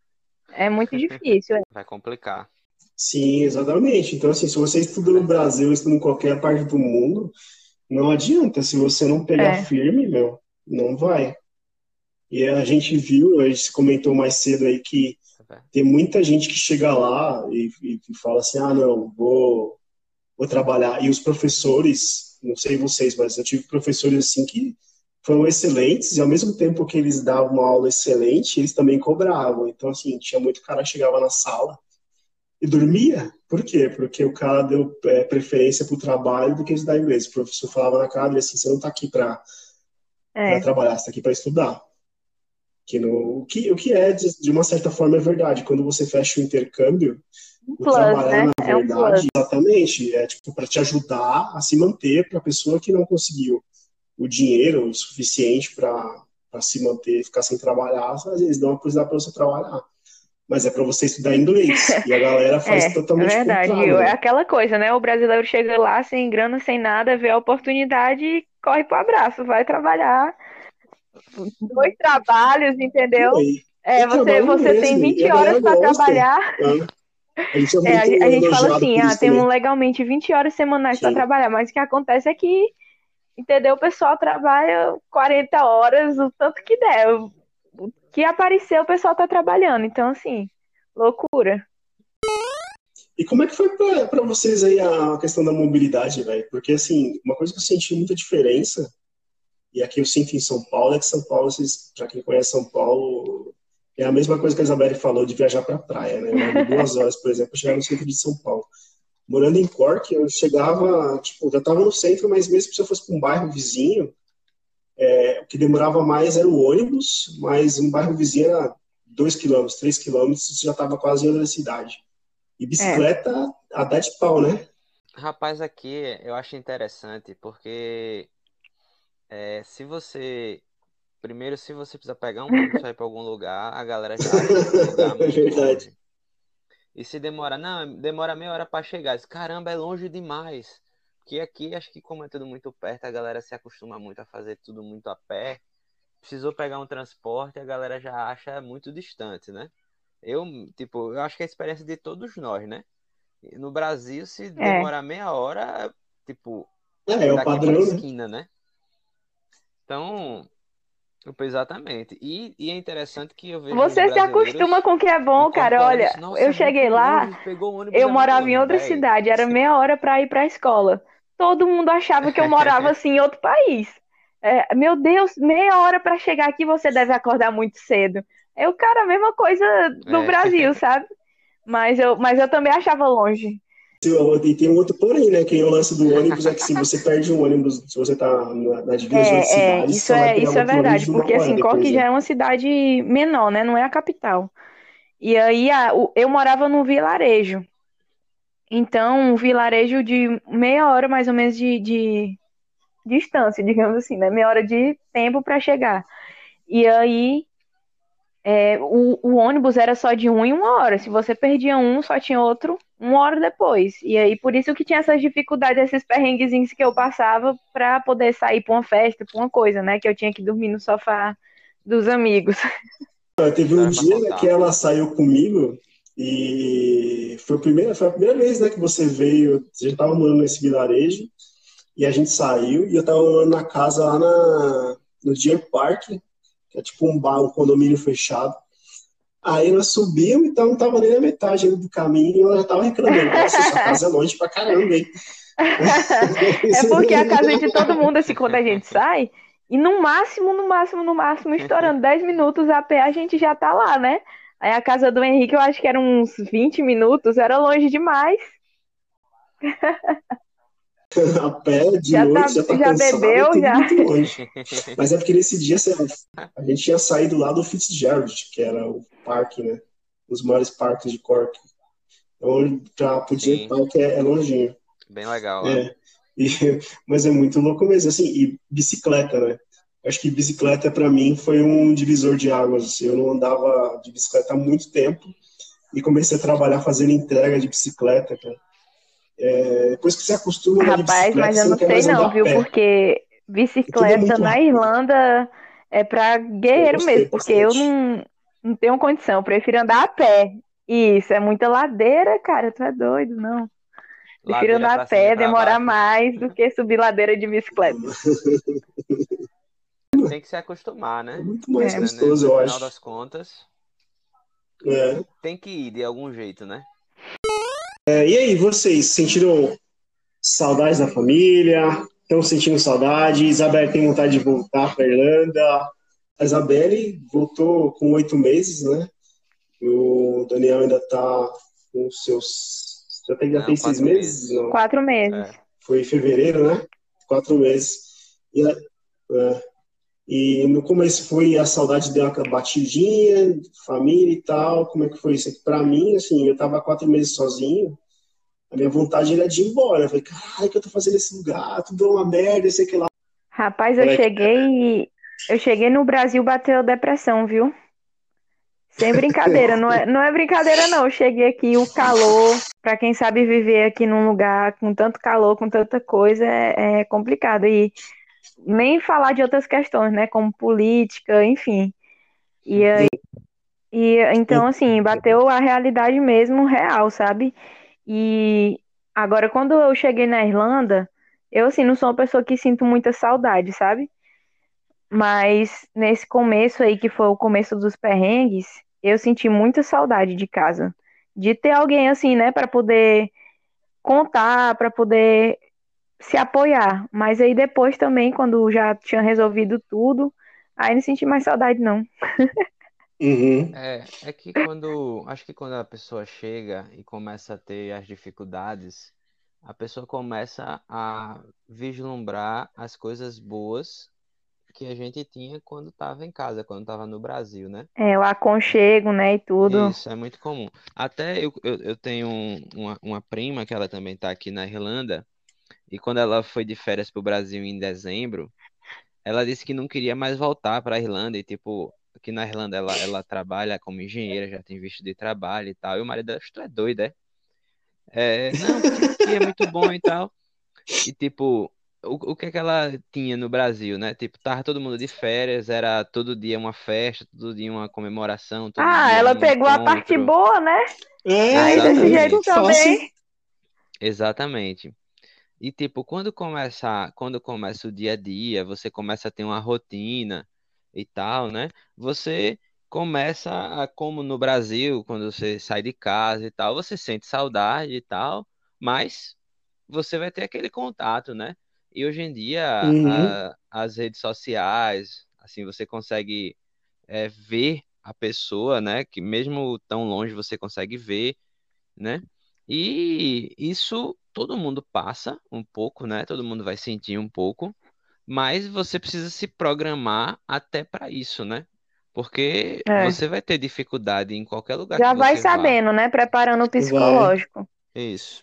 É muito difícil. Vai complicar. Sim, exatamente. Então, assim, se você estuda no Brasil, estuda em qualquer parte do mundo, não adianta. Se você não pegar É. firme, meu, não vai. E a gente viu, a gente comentou mais cedo aí que tem muita gente que chega lá e, e, e fala assim, ah, não, vou, vou trabalhar. E os professores, não sei vocês, mas eu tive professores assim que foram excelentes e ao mesmo tempo que eles davam uma aula excelente, eles também cobravam. Então, assim, tinha muito cara que chegava na sala e dormia. Por quê? Porque o cara deu é, preferência para o trabalho do que estudar inglês. O professor falava na cara dele assim, você não está aqui para É. trabalhar, você está aqui para estudar. Que no, o, que, o que é, de, de uma certa forma, é verdade. Quando você fecha o intercâmbio, Um o plus, trabalhar, né? na É um verdade, plus. exatamente, é tipo para te ajudar a se manter para a pessoa que não conseguiu o dinheiro o suficiente para se manter, ficar sem trabalhar, às vezes dão uma possibilidade para você trabalhar. Mas é para você estudar inglês. E a galera faz É, é totalmente o verdade. contrário, É né? aquela coisa, né? O brasileiro chega lá sem grana, sem nada, vê a oportunidade e corre pro abraço, vai trabalhar. Dois trabalhos, entendeu? Pô, e, É, e você, trabalho você tem mesmo, e vinte a horas galera para gosta. trabalhar. Né? A gente é É, a, muito ge- a gente fala elogiado assim, por ah, isso temos também. legalmente vinte horas semanais para Sim. trabalhar, mas o que acontece é que, entendeu? O pessoal trabalha quarenta horas, o tanto que der. O o que aparecer, o pessoal tá trabalhando. Então, assim, loucura. E como é que foi para vocês aí a questão da mobilidade, velho? Porque, assim, uma coisa que eu senti muita diferença, e aqui eu sinto em São Paulo, é que São Paulo, vocês, para quem conhece São Paulo, é a mesma coisa que a Isabelle falou de viajar para praia, né? Eu levo duas horas, por exemplo, para chegar no centro de São Paulo. Morando em Cork, eu chegava, tipo, já estava no centro, mas mesmo se eu fosse para um bairro vizinho, é, o que demorava mais era o ônibus, mas um bairro vizinho era dois quilômetros, três quilômetros, você já estava quase em outra cidade. E bicicleta, a dar de pau, né? Rapaz, aqui eu acho interessante porque é, se você. Primeiro, se você precisar pegar um ônibus para ir para algum lugar, a galera já acha esse lugar É muito verdade. longe. E se demora, não, demora meia hora para chegar. Diz, caramba, é longe demais. Porque aqui, acho que como é tudo muito perto, a galera se acostuma muito a fazer tudo muito a pé. Precisou pegar um transporte, a galera já acha muito distante, né? Eu, tipo, eu acho que é a experiência de todos nós, né? No Brasil, se É. demorar meia hora, tipo, É, é o daqui pra padrão, né? esquina, né? Então, exatamente. E, e é interessante que eu vejo os Você se acostuma brasileiros com o que é bom, cara. incorporando Olha, isso. Nossa, eu é muito cheguei lá, longe, pegou o ônibus, eu é muito morava em longe. outra Véi, cidade, era meia hora pra ir pra escola. Todo mundo achava que eu morava assim em outro país. É, meu Deus, meia hora pra chegar aqui você deve acordar muito cedo. Eu, cara, a mesma coisa do é. Brasil, sabe? Mas eu, mas eu também achava longe. E tem um outro porém, né? Que é o lance do ônibus, é que se você perde um ônibus, se você tá na, na divisa de outra É, é, cidade, você isso só vai é, pegar isso é outro ônibus verdade, uma porque hora assim, Cork depois, já né? é uma cidade menor, né? Não é a capital. E aí a- o- eu morava num vilarejo. Então, um vilarejo de meia hora mais ou menos de, de distância, digamos assim, né? Meia hora de tempo para chegar. E aí é, o, o ônibus era só de um em uma hora. Se você perdia um, só tinha outro uma hora depois. E aí por isso que tinha essas dificuldades, esses perrenguezinhos que eu passava para poder sair para uma festa, para uma coisa, né? Que eu tinha que dormir no sofá dos amigos. Teve um História pra dia, né, que contar. ela saiu comigo e foi a primeira, foi a primeira vez, né, que você veio. Você já estava morando nesse vilarejo e a gente saiu e eu estava morando na casa lá na, no Deer Park, que é tipo um bar, um condomínio fechado. Aí nós subimos, então não tava nem na metade ainda do caminho e ela já tava reclamando. Nossa, sua casa é longe pra caramba, hein? É porque a casa de todo mundo, assim, quando a gente sai, e no máximo, no máximo, no máximo, estourando dez minutos a pé, a gente já tá lá, né? Aí a casa do Henrique, eu acho que era uns vinte minutos, era longe demais. A pé de Já noite, tá, já tá já cansado, bebeu, tudo já. muito longe. Mas é porque nesse dia sei lá, a gente tinha saído lá do Fitzgerald, que era o parque, né? os maiores parques de Cork. Então, para o Deer Sim, Park é, é longinho. bem legal lá. É. E, mas é muito louco mesmo, assim, e bicicleta, né? Acho que bicicleta, para mim, foi um divisor de águas. Assim, eu não andava de bicicleta há muito tempo e comecei a trabalhar fazendo entrega de bicicleta, cara. É, depois que você acostuma a andar de Rapaz, bicicleta, mas eu você não não quer sei mais andar não, a viu? pé. Porque E tudo é bicicleta muito na rápido. Irlanda é pra Eu guerreiro gostei mesmo, porque eu bastante. não, não tenho condição, eu prefiro andar a pé. Isso, é muita ladeira, cara, tu é doido, não. Prefiro Ladeira andar a pra cima e pé, pra demorar baixo. mais do que subir ladeira de bicicleta. Tem que se acostumar, É né? muito mais É. Né, né? gostoso, No eu final acho. das contas, É. tem que ir de algum jeito, né? É, e aí, vocês sentiram saudades da família? Estão sentindo saudade? Isabelle tem vontade de voltar para a Irlanda. A Isabelle voltou com oito meses, né? E o Daniel ainda está com seus. Já tem, já Não, tem seis quatro meses? meses. Não. Quatro meses. É. Foi em fevereiro, né? Quatro meses. E, é, e no começo foi a saudade de uma batidinha, família e tal. Como é que foi isso? Para mim, assim, eu estava quatro meses sozinho. A minha vontade era de ir embora. Eu falei, caralho, o que eu tô fazendo nesse lugar? Tudo é uma merda, sei que lá. Rapaz, eu cheguei, eu cheguei no Brasil, bateu depressão, viu? Sem brincadeira, não é, não é brincadeira não. Eu cheguei aqui, o calor, pra quem sabe viver aqui num lugar com tanto calor, com tanta coisa, é, é complicado. E nem falar de outras questões, né, como política, enfim. E, aí- e então, assim, bateu a realidade mesmo real, sabe? E agora, quando eu cheguei na Irlanda, eu, assim, não sou uma pessoa que sinto muita saudade, sabe? Mas nesse começo aí, que foi o começo dos perrengues, eu senti muita saudade de casa. De ter alguém assim, né, para poder contar, para poder se apoiar. Mas aí depois também, quando já tinha resolvido tudo, aí não senti mais saudade, não. Uhum. É, é que quando, acho que quando a pessoa chega e começa a ter as dificuldades, a pessoa começa a vislumbrar as coisas boas que a gente tinha quando estava em casa, quando estava no Brasil, né? É, o aconchego, né, e tudo. Isso, é muito comum. Até eu, eu, eu tenho um- uma, uma prima que ela também está aqui na Irlanda, e quando ela foi de férias para o Brasil em dezembro, ela disse que não queria mais voltar para a Irlanda, e tipo, aqui na Irlanda ela, ela trabalha como engenheira, já tem visto de trabalho e tal, e o marido dela, "Acho que tu é doido, é? É, não, porque aqui é muito bom e tal." E tipo, o, o que é que ela tinha no Brasil, né? Tipo, tava todo mundo de férias, era todo dia uma festa, todo dia uma comemoração, todo Ah, dia ela um pegou a parte encontro. boa, né? Aí desse É, jeito Exatamente, fácil. também. exatamente. E tipo, quando começa, quando começa o dia a dia, você começa a ter uma rotina e tal, né? Você começa a, como no Brasil, quando você sai de casa e tal, você sente saudade e tal, mas você vai ter aquele contato, né? E hoje em dia, Uhum. a- as redes sociais, assim, você consegue é, ver a pessoa, né? Que mesmo tão longe você consegue ver, né? E isso todo mundo passa um pouco, né? Todo mundo vai sentir um pouco, mas você precisa se programar até para isso, né? Porque É. você vai ter dificuldade em qualquer lugar que Já vai você vá. sabendo, né? Preparando o Vai. psicológico. Isso.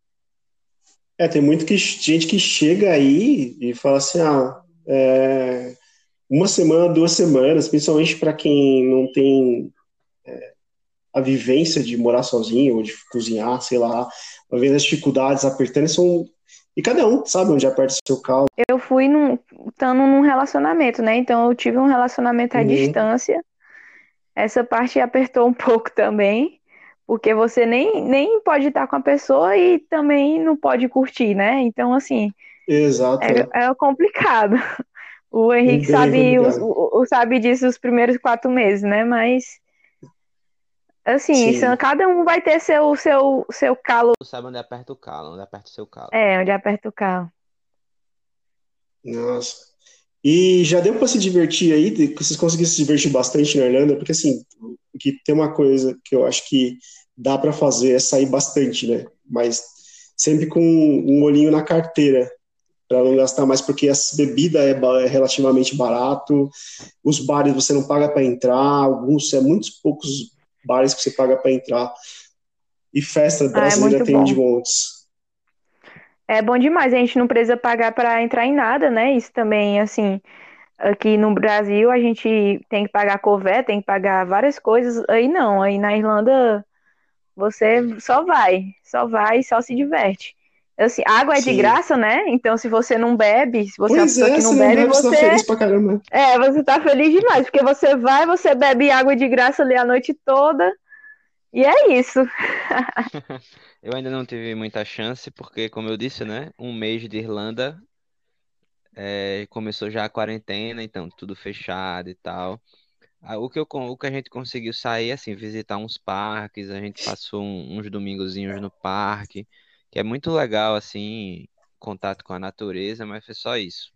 É, tem muito que, gente que chega aí e fala assim, ah, é, uma semana, duas semanas, principalmente para quem não tem a vivência de morar sozinho ou de cozinhar, sei lá, uma vez as dificuldades apertando são. E cada um sabe onde aperta o seu calo. Eu fui num, estando num relacionamento, né? Então eu tive um relacionamento à Uhum. distância. Essa parte apertou um pouco também, porque você nem, nem pode estar com a pessoa e também não pode curtir, né? Então, assim, Exato, é. é, é complicado. O Henrique Bem sabe, o, complicado. o, o- sabe disso os primeiros quatro meses, né? Mas, assim, são- Sim. cada um vai ter seu, seu, seu calo. Tu sabe onde aperta o calo, onde aperta o seu calo. É, onde aperta o calo. Nossa. E já deu para se divertir aí? De- Vocês conseguiram se divertir bastante na Irlanda? Porque, assim, que tem uma coisa que eu acho que dá para fazer é sair bastante, né? Mas sempre com um olhinho na carteira, para não gastar mais, porque a bebida é, ba- é relativamente barato, os bares você não paga para entrar, alguns é muitos poucos bares que você paga para entrar. E festa Ah, é brasileira muito tem bom. de montes. É bom demais, a gente não precisa pagar para entrar em nada, né? Isso também, assim, aqui no Brasil a gente tem que pagar covê, tem que pagar várias coisas. Aí não, aí na Irlanda você só vai, só vai e só se diverte. Assim, água é de Sim. graça, né? Então se você não bebe, se você é uma Pois pessoa é, que você não não bebe, bebe, você tá você feliz pra caramba. é, você tá feliz demais, porque você vai, você bebe água de graça ali a noite toda, e é isso. Eu ainda não tive muita chance, porque, como eu disse, né? Um mês de Irlanda, é, começou já a quarentena, então tudo fechado e tal. Ah, O que eu, con- o que a gente conseguiu sair, assim, visitar uns parques, a gente passou um- uns domingozinhos no parque, que é muito legal, assim, contato com a natureza, mas foi só isso.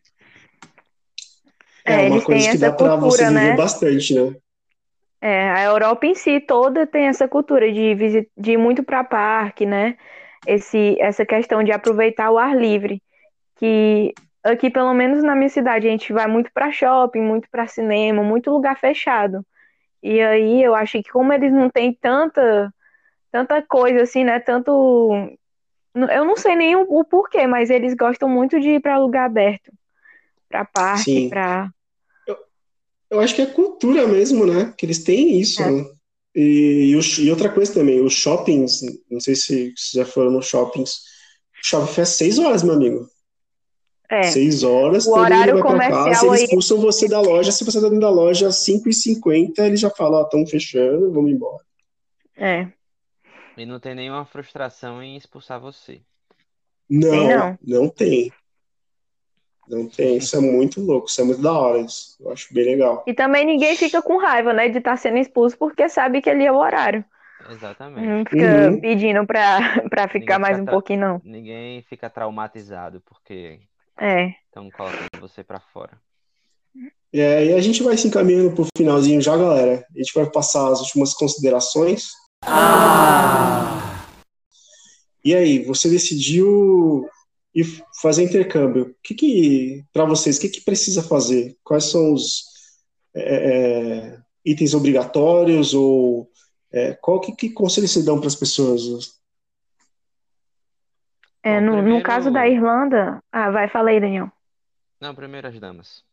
É É, uma eles têm coisa que essa dá pra você cultura, viver né? bastante, né? É, a Europa em si toda tem essa cultura de, visi- de ir muito para parque, né? Esse, essa questão de aproveitar o ar livre. Que aqui, pelo menos na minha cidade, a gente vai muito para shopping, muito para cinema, muito lugar fechado. E aí eu acho que como eles não têm tanta, tanta coisa assim, né? Tanto. Eu não sei nem o, o porquê, mas eles gostam muito de ir para lugar aberto, para parque, Sim. para. Eu, eu acho que é cultura mesmo, né? Que eles têm isso, né? E, e, o- e outra coisa também, os shoppings, não sei se vocês já foram nos shoppings, o shopping fecha seis horas, meu amigo. É, Seis horas, o todo mundo horário vai pra casa, comercial eles aí. expulsam você da loja. Se você tá dentro da loja às cinco e cinquenta, eles já falam, ó, estão fechando, vamos embora. É, E não tem nenhuma frustração em expulsar você. tem Não, não. não tem. Não tem. Isso é muito louco, isso é muito da hora. Isso. Eu acho bem legal. E também ninguém fica com raiva, né, de estar sendo expulso, porque sabe que ali é o horário. Não Exatamente. fica Uhum. pedindo pra, pra Ninguém ficar mais fica, um tra- pouquinho, não. Ninguém fica traumatizado porque É. estão colocando você pra fora. E aí a gente vai se encaminhando pro finalzinho já, galera. A gente vai passar as últimas considerações. E aí, você decidiu ir fazer intercâmbio. O que que, para vocês, o que que precisa fazer? Quais são os é, é, itens obrigatórios ou é, qual que, que conselho vocês dão para as pessoas? É, Bom, no, no caso da primeiro. Irlanda. Ah, vai, fala aí, Daniel. Não, primeiro as damas.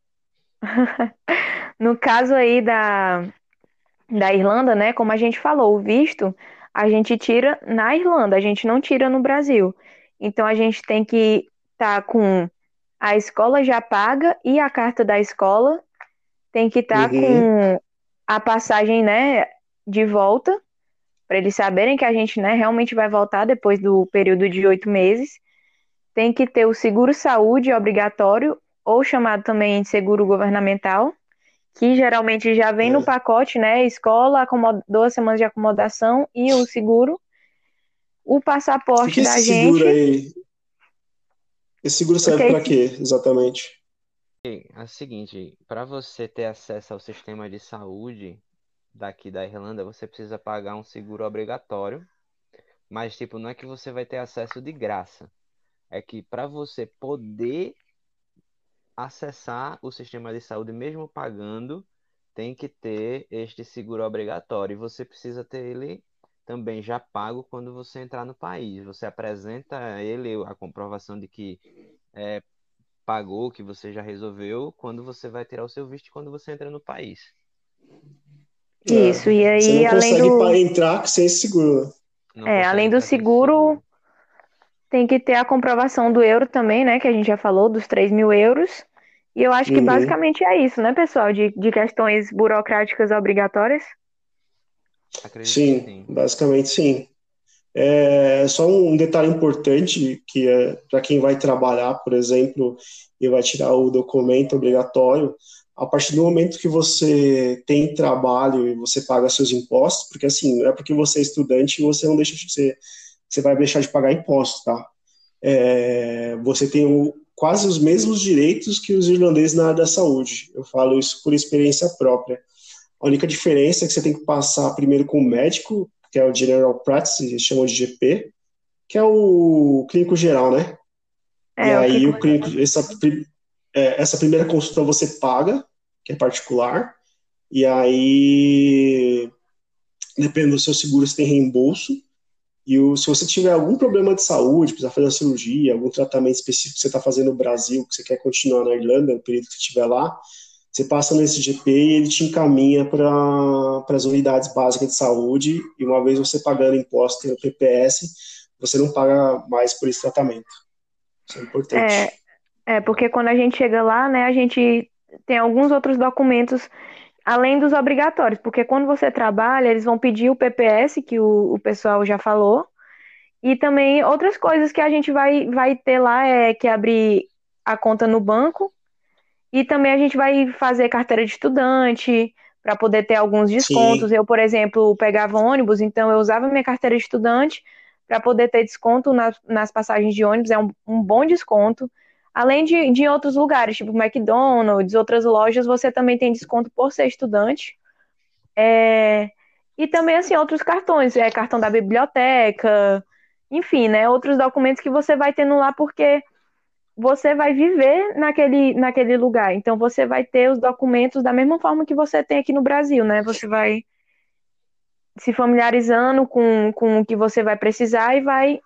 No caso aí da, da Irlanda, né? Como a gente falou, o visto a gente tira na Irlanda, a gente não tira no Brasil. Então a gente tem que estar com a escola já paga e a carta da escola, tem que estar Uhum. com a passagem, né, de volta, para eles saberem que a gente, né, realmente vai voltar depois do período de oito meses. Tem que ter o seguro-saúde obrigatório, ou chamado também de seguro governamental, que geralmente já vem no É. pacote, né? Escola, acomoda- duas semanas de acomodação e o seguro. O O passaporte que é da esse seguro gente. aí? Esse seguro O que serve é para esse? quê, exatamente? É o seguinte, para você ter acesso ao sistema de saúde daqui da Irlanda, você precisa pagar um seguro obrigatório, mas tipo, não é que você vai ter acesso de graça. É que para você poder acessar o sistema de saúde mesmo pagando, tem que ter este seguro obrigatório. E você precisa ter ele também já pago quando você entrar no país. Você apresenta a ele a comprovação de que é, pagou, que você já resolveu, quando você vai tirar o seu visto e quando você entra no país. É. Isso, e Você aí, não além consegue pa- do, entrar sem esse seguro. Não é, consegue além do entrar sem esse seguro, seguro. tem que ter a comprovação do euro também, né? Que a gente já falou, dos três mil euros. E eu acho que Uhum. basicamente é isso, né, pessoal? De, de questões burocráticas obrigatórias. Acredito que Sim, sim. basicamente sim. É só um detalhe importante que é para quem vai trabalhar, por exemplo, e vai tirar o documento obrigatório, a partir do momento que você tem trabalho e você paga seus impostos, porque assim, não é porque você é estudante que você não deixa de ser, você vai deixar de pagar impostos, tá? É, você tem o, quase os mesmos direitos que os irlandeses na área da saúde. Eu falo isso por experiência própria. A única diferença é que você tem que passar primeiro com o médico, que é o General Practice, eles chamam de G P, que é o clínico geral, né? E É, o que aí o você. clínico, essa, pri- é, essa primeira consulta você paga, que é particular, e aí dependendo do seu seguro, você tem reembolso. E o, se você tiver algum problema de saúde, precisar fazer uma cirurgia, algum tratamento específico que você está fazendo no Brasil, que você quer continuar na Irlanda, no período que você estiver lá, você passa nesse G P e ele te encaminha para as unidades básicas de saúde, e uma vez você pagando imposto no P P S, você não paga mais por esse tratamento. Isso é importante. É, é, porque quando a gente chega lá, né, a gente tem alguns outros documentos além dos obrigatórios, porque quando você trabalha, eles vão pedir o P P S, que o, o pessoal já falou, e também outras coisas que a gente vai, vai ter lá, é que abrir a conta no banco, e também a gente vai fazer carteira de estudante, para poder ter alguns descontos. Sim. Eu, por exemplo, pegava ônibus, então eu usava minha carteira de estudante para poder ter desconto nas, nas passagens de ônibus, é um, um bom desconto. Além de, de outros lugares, tipo McDonald's, outras lojas, você também tem desconto por ser estudante. É, e também, assim, outros cartões, é cartão da biblioteca, enfim, né? Outros documentos que você vai tendo lá, porque você vai viver naquele, naquele lugar. Então, você vai ter os documentos da mesma forma que você tem aqui no Brasil, né? Você vai se familiarizando com, com o que você vai precisar e vai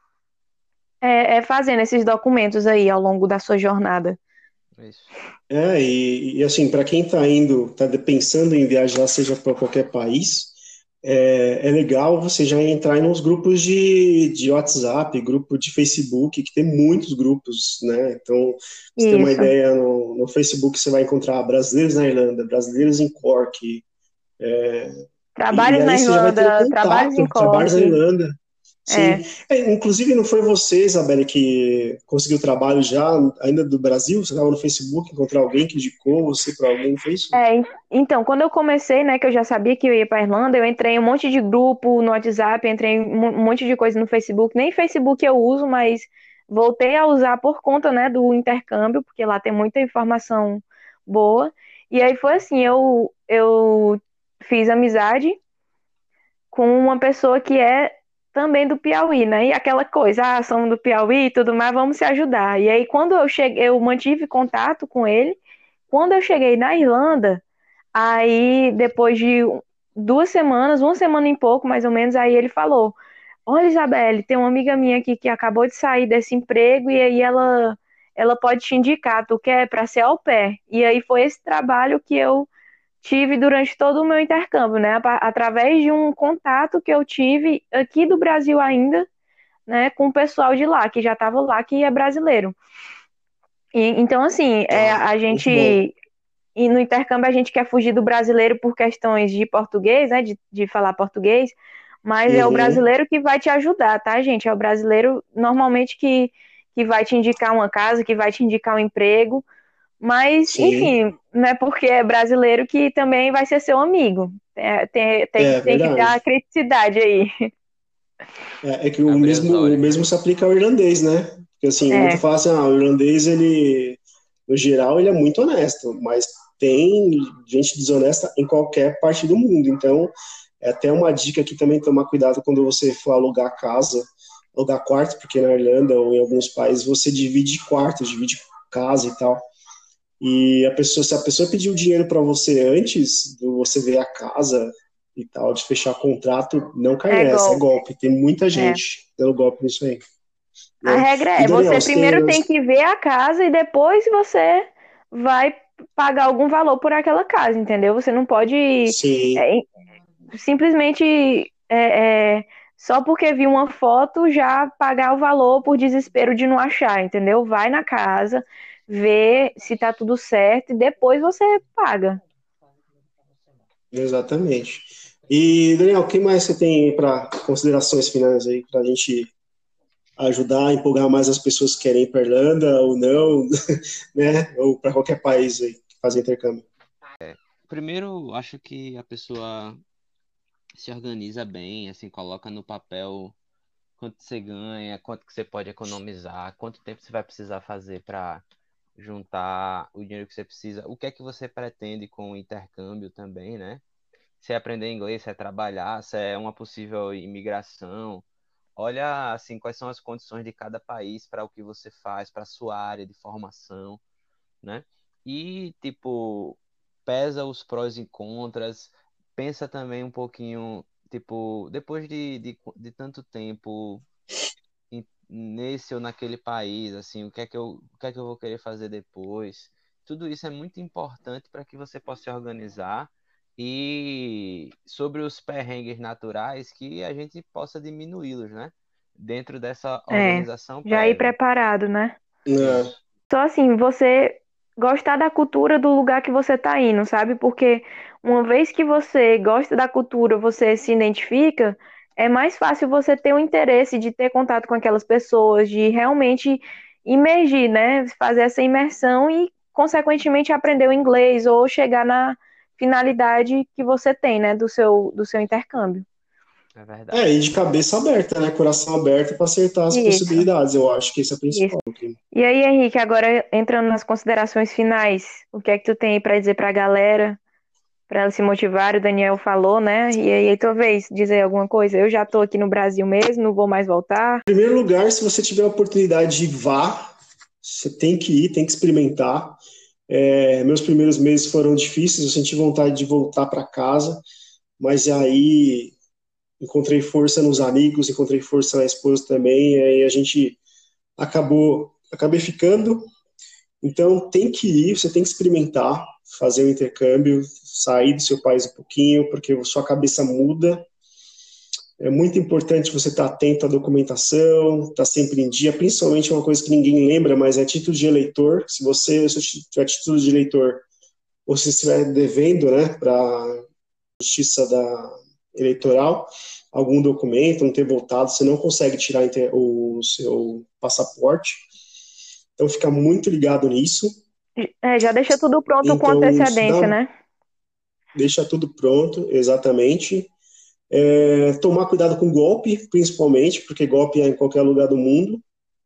é, é, fazendo esses documentos aí ao longo da sua jornada. Isso. É, e, e assim, para quem está indo, está pensando em viajar, seja para qualquer país, é, é legal você já entrar em uns grupos de, de WhatsApp, grupo de Facebook, que tem muitos grupos, né? Então, pra você ter uma Isso. ideia, no, no Facebook você vai encontrar brasileiros na Irlanda, brasileiros em Cork, é, e, Trabalhos e na aí você já vai tendo Irlanda, trabalhos em contato, trabalhos na Cork. Irlanda. Sim. É. É, inclusive, não foi você, Isabelle, que conseguiu trabalho já, ainda do Brasil? Você estava no Facebook, encontrou alguém que indicou você para alguém, não foi isso? É, en- então, quando eu comecei, né, que eu já sabia que eu ia para Irlanda, eu entrei em um monte de grupo no WhatsApp, entrei em um um monte de coisa no Facebook. Nem Facebook eu uso, mas voltei a usar por conta, né, do intercâmbio, porque lá tem muita informação boa. E aí foi assim, eu, eu fiz amizade com uma pessoa que é também do Piauí, né? E aquela coisa, ah, somos do Piauí e tudo mais, vamos se ajudar. E aí, quando eu cheguei, eu mantive contato com ele. Quando eu cheguei na Irlanda, aí depois de duas semanas, uma semana e pouco, mais ou menos, aí ele falou: Olha, Isabelle, tem uma amiga minha aqui que acabou de sair desse emprego e aí ela, ela pode te indicar, tu quer para ser au pair? E aí foi esse trabalho que eu tive durante todo o meu intercâmbio, né? Apa- Através de um contato que eu tive aqui do Brasil ainda, né, com o pessoal de lá, que já estava lá, que é brasileiro. E, então, assim, é, Ah, a muito bom. gente, e no intercâmbio a gente quer fugir do brasileiro por questões de português, né, de, de falar português, mas é o Uhum. brasileiro que vai te ajudar, tá, gente? É o brasileiro normalmente que, que vai te indicar uma casa, que vai te indicar um emprego, mas, Sim, enfim, não é porque é brasileiro que também vai ser seu amigo. É, tem, tem, é tem que ter a verdade. criticidade aí. É, é que o Abrir os mesmo, o olhos, mesmo né? se aplica ao irlandês, né? Porque assim, muito É, fala assim, ah, o irlandês, ele, no geral, ele é muito honesto, mas tem gente desonesta em qualquer parte do mundo. Então, é até uma dica aqui também tomar cuidado quando você for alugar casa, alugar quarto, porque na Irlanda ou em alguns países você divide quarto, divide casa e tal. E a pessoa, se a pessoa pediu dinheiro para você antes de você ver a casa e tal, de fechar contrato, não cai é nessa, é golpe. golpe. Tem muita É. gente dando golpe nisso aí, A né? regra E é, Daniel, você você tem, primeiro tem que ver a casa e depois você vai pagar algum valor por aquela casa, entendeu? Você não pode sim, é, simplesmente é, é, só porque viu uma foto já pagar o valor por desespero de não achar, entendeu? Vai na casa, vê se tá tudo certo e depois você paga. exatamente. E Daniel, o que mais você tem para considerações finais aí para a gente ajudar a empolgar mais as pessoas que querem ir para Irlanda ou não, né? Ou para qualquer país aí que faz intercâmbio. Primeiro, acho que a pessoa se organiza bem, assim, coloca no papel quanto você ganha, quanto que você pode economizar, quanto tempo você vai precisar fazer para juntar o dinheiro que você precisa, o que é que você pretende com o intercâmbio também, né? Se é aprender inglês, se é trabalhar, se é uma possível imigração. Olha, assim, quais são as condições de cada país para o que você faz, para a sua área de formação, né? E, tipo, pesa os prós e contras, pensa também um pouquinho tipo, depois de, de, de tanto tempo em- nesse ou naquele país, assim, o que é que eu, o que é que eu vou querer fazer depois? Tudo isso é muito importante para que você possa se organizar e sobre os perrengues naturais que a gente possa diminuí-los, né? Dentro dessa É, organização já ir prévia. preparado, né? É. Isso. Só assim, você gostar da cultura do lugar que você tá indo, sabe? Porque uma vez que você gosta da cultura, você se identifica, é mais fácil você ter o interesse de ter contato com aquelas pessoas, de realmente imergir, né? Fazer essa imersão e, consequentemente, aprender o inglês ou chegar na finalidade que você tem, né? Do seu, do seu intercâmbio. É É, verdade. e de cabeça aberta, né? Coração aberto para acertar as Isso, possibilidades. Eu acho que esse é o isso. principal, primo. E aí, Henrique, agora entrando nas considerações finais, o que é que tu tem aí pra dizer pra galera, pra ela se motivar? O Daniel falou, né? E aí, tua vez, dizer alguma coisa? Eu já tô aqui no Brasil mesmo, não vou mais voltar. Em primeiro lugar, se você tiver a oportunidade de vá, você tem que ir, tem que experimentar. É, meus primeiros meses foram difíceis, eu senti vontade de voltar para casa, mas aí encontrei força nos amigos, encontrei força na esposa também, e aí a gente acabou, acabei ficando. Então tem que ir, você tem que experimentar, fazer o intercâmbio, sair do seu país um pouquinho, porque sua cabeça muda. É muito importante você estar atento à documentação, estar sempre em dia, principalmente uma coisa que ninguém lembra, mas é título de eleitor. Se você se tiver título de eleitor, ou se estiver devendo, né, para a justiça da eleitoral, algum documento, não ter voltado, você não consegue tirar o seu passaporte. Então fica muito ligado nisso. É, já deixa tudo pronto com Então, antecedência, dá, né? deixa tudo pronto, exatamente. É, tomar cuidado com golpe, principalmente, porque golpe é em qualquer lugar do mundo.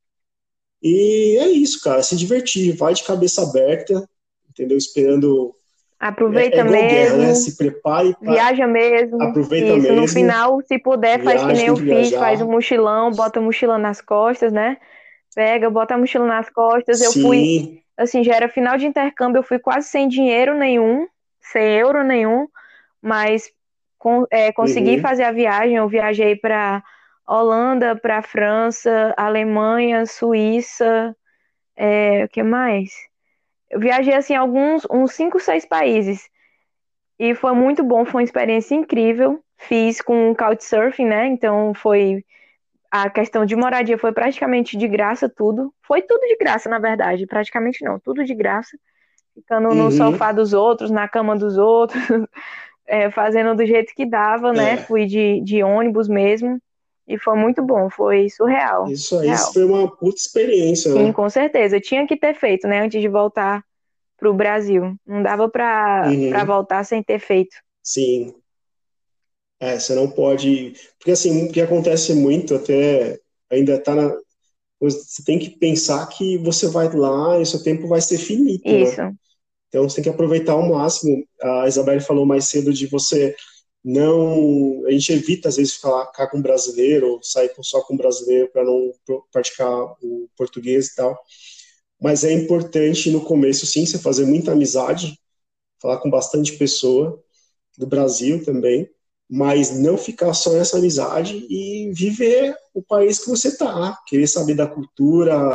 E é isso, cara, se divertir, vai de cabeça aberta, entendeu? Esperando. É, é Aproveita igual guerra, né? mesmo, Se prepare, pra... viaja mesmo. aproveita Isso, no mesmo, final, se puder, faz que viaja, nem tem eu que fiz, faz um viajar. mochilão, bota a mochila nas costas, né? Pega, bota a mochila nas costas. Eu fui, Sim. assim, já era final de intercâmbio, eu fui quase sem dinheiro nenhum, sem euro nenhum, mas com, é, consegui Uhum. fazer a viagem. Eu viajei para Holanda, para França, Alemanha, Suíça, é, o que mais? Eu viajei assim alguns, uns cinco, seis países e foi muito bom, foi uma experiência incrível. Fiz com Couchsurfing, né? Então foi a questão de moradia foi praticamente de graça tudo. Foi tudo de graça, na verdade, praticamente não, tudo de graça. Ficando no Uhum. sofá dos outros, na cama dos outros, é, fazendo do jeito que dava, né? É, Fui de, de ônibus mesmo. E foi muito bom, foi surreal. isso aí Real. foi uma puta experiência, Sim, né? com certeza. Eu tinha que ter feito, né? Antes de voltar pro Brasil. Não dava pra, pra Uhum. voltar sem ter feito. Sim. É, você não pode. Porque assim, o que acontece muito, até ainda tá na. Você tem que pensar que você vai lá e o seu tempo vai ser finito, né? Isso. Então você tem que aproveitar ao máximo. A Isabelle falou mais cedo de você não. A gente evita, às vezes, ficar, ficar com brasileiro, ou sair só com brasileiro para não praticar o português e tal. Mas é importante no começo, sim, você fazer muita amizade, falar com bastante pessoa, do Brasil também, mas não ficar só nessa amizade e viver o país que você está, querer saber da cultura,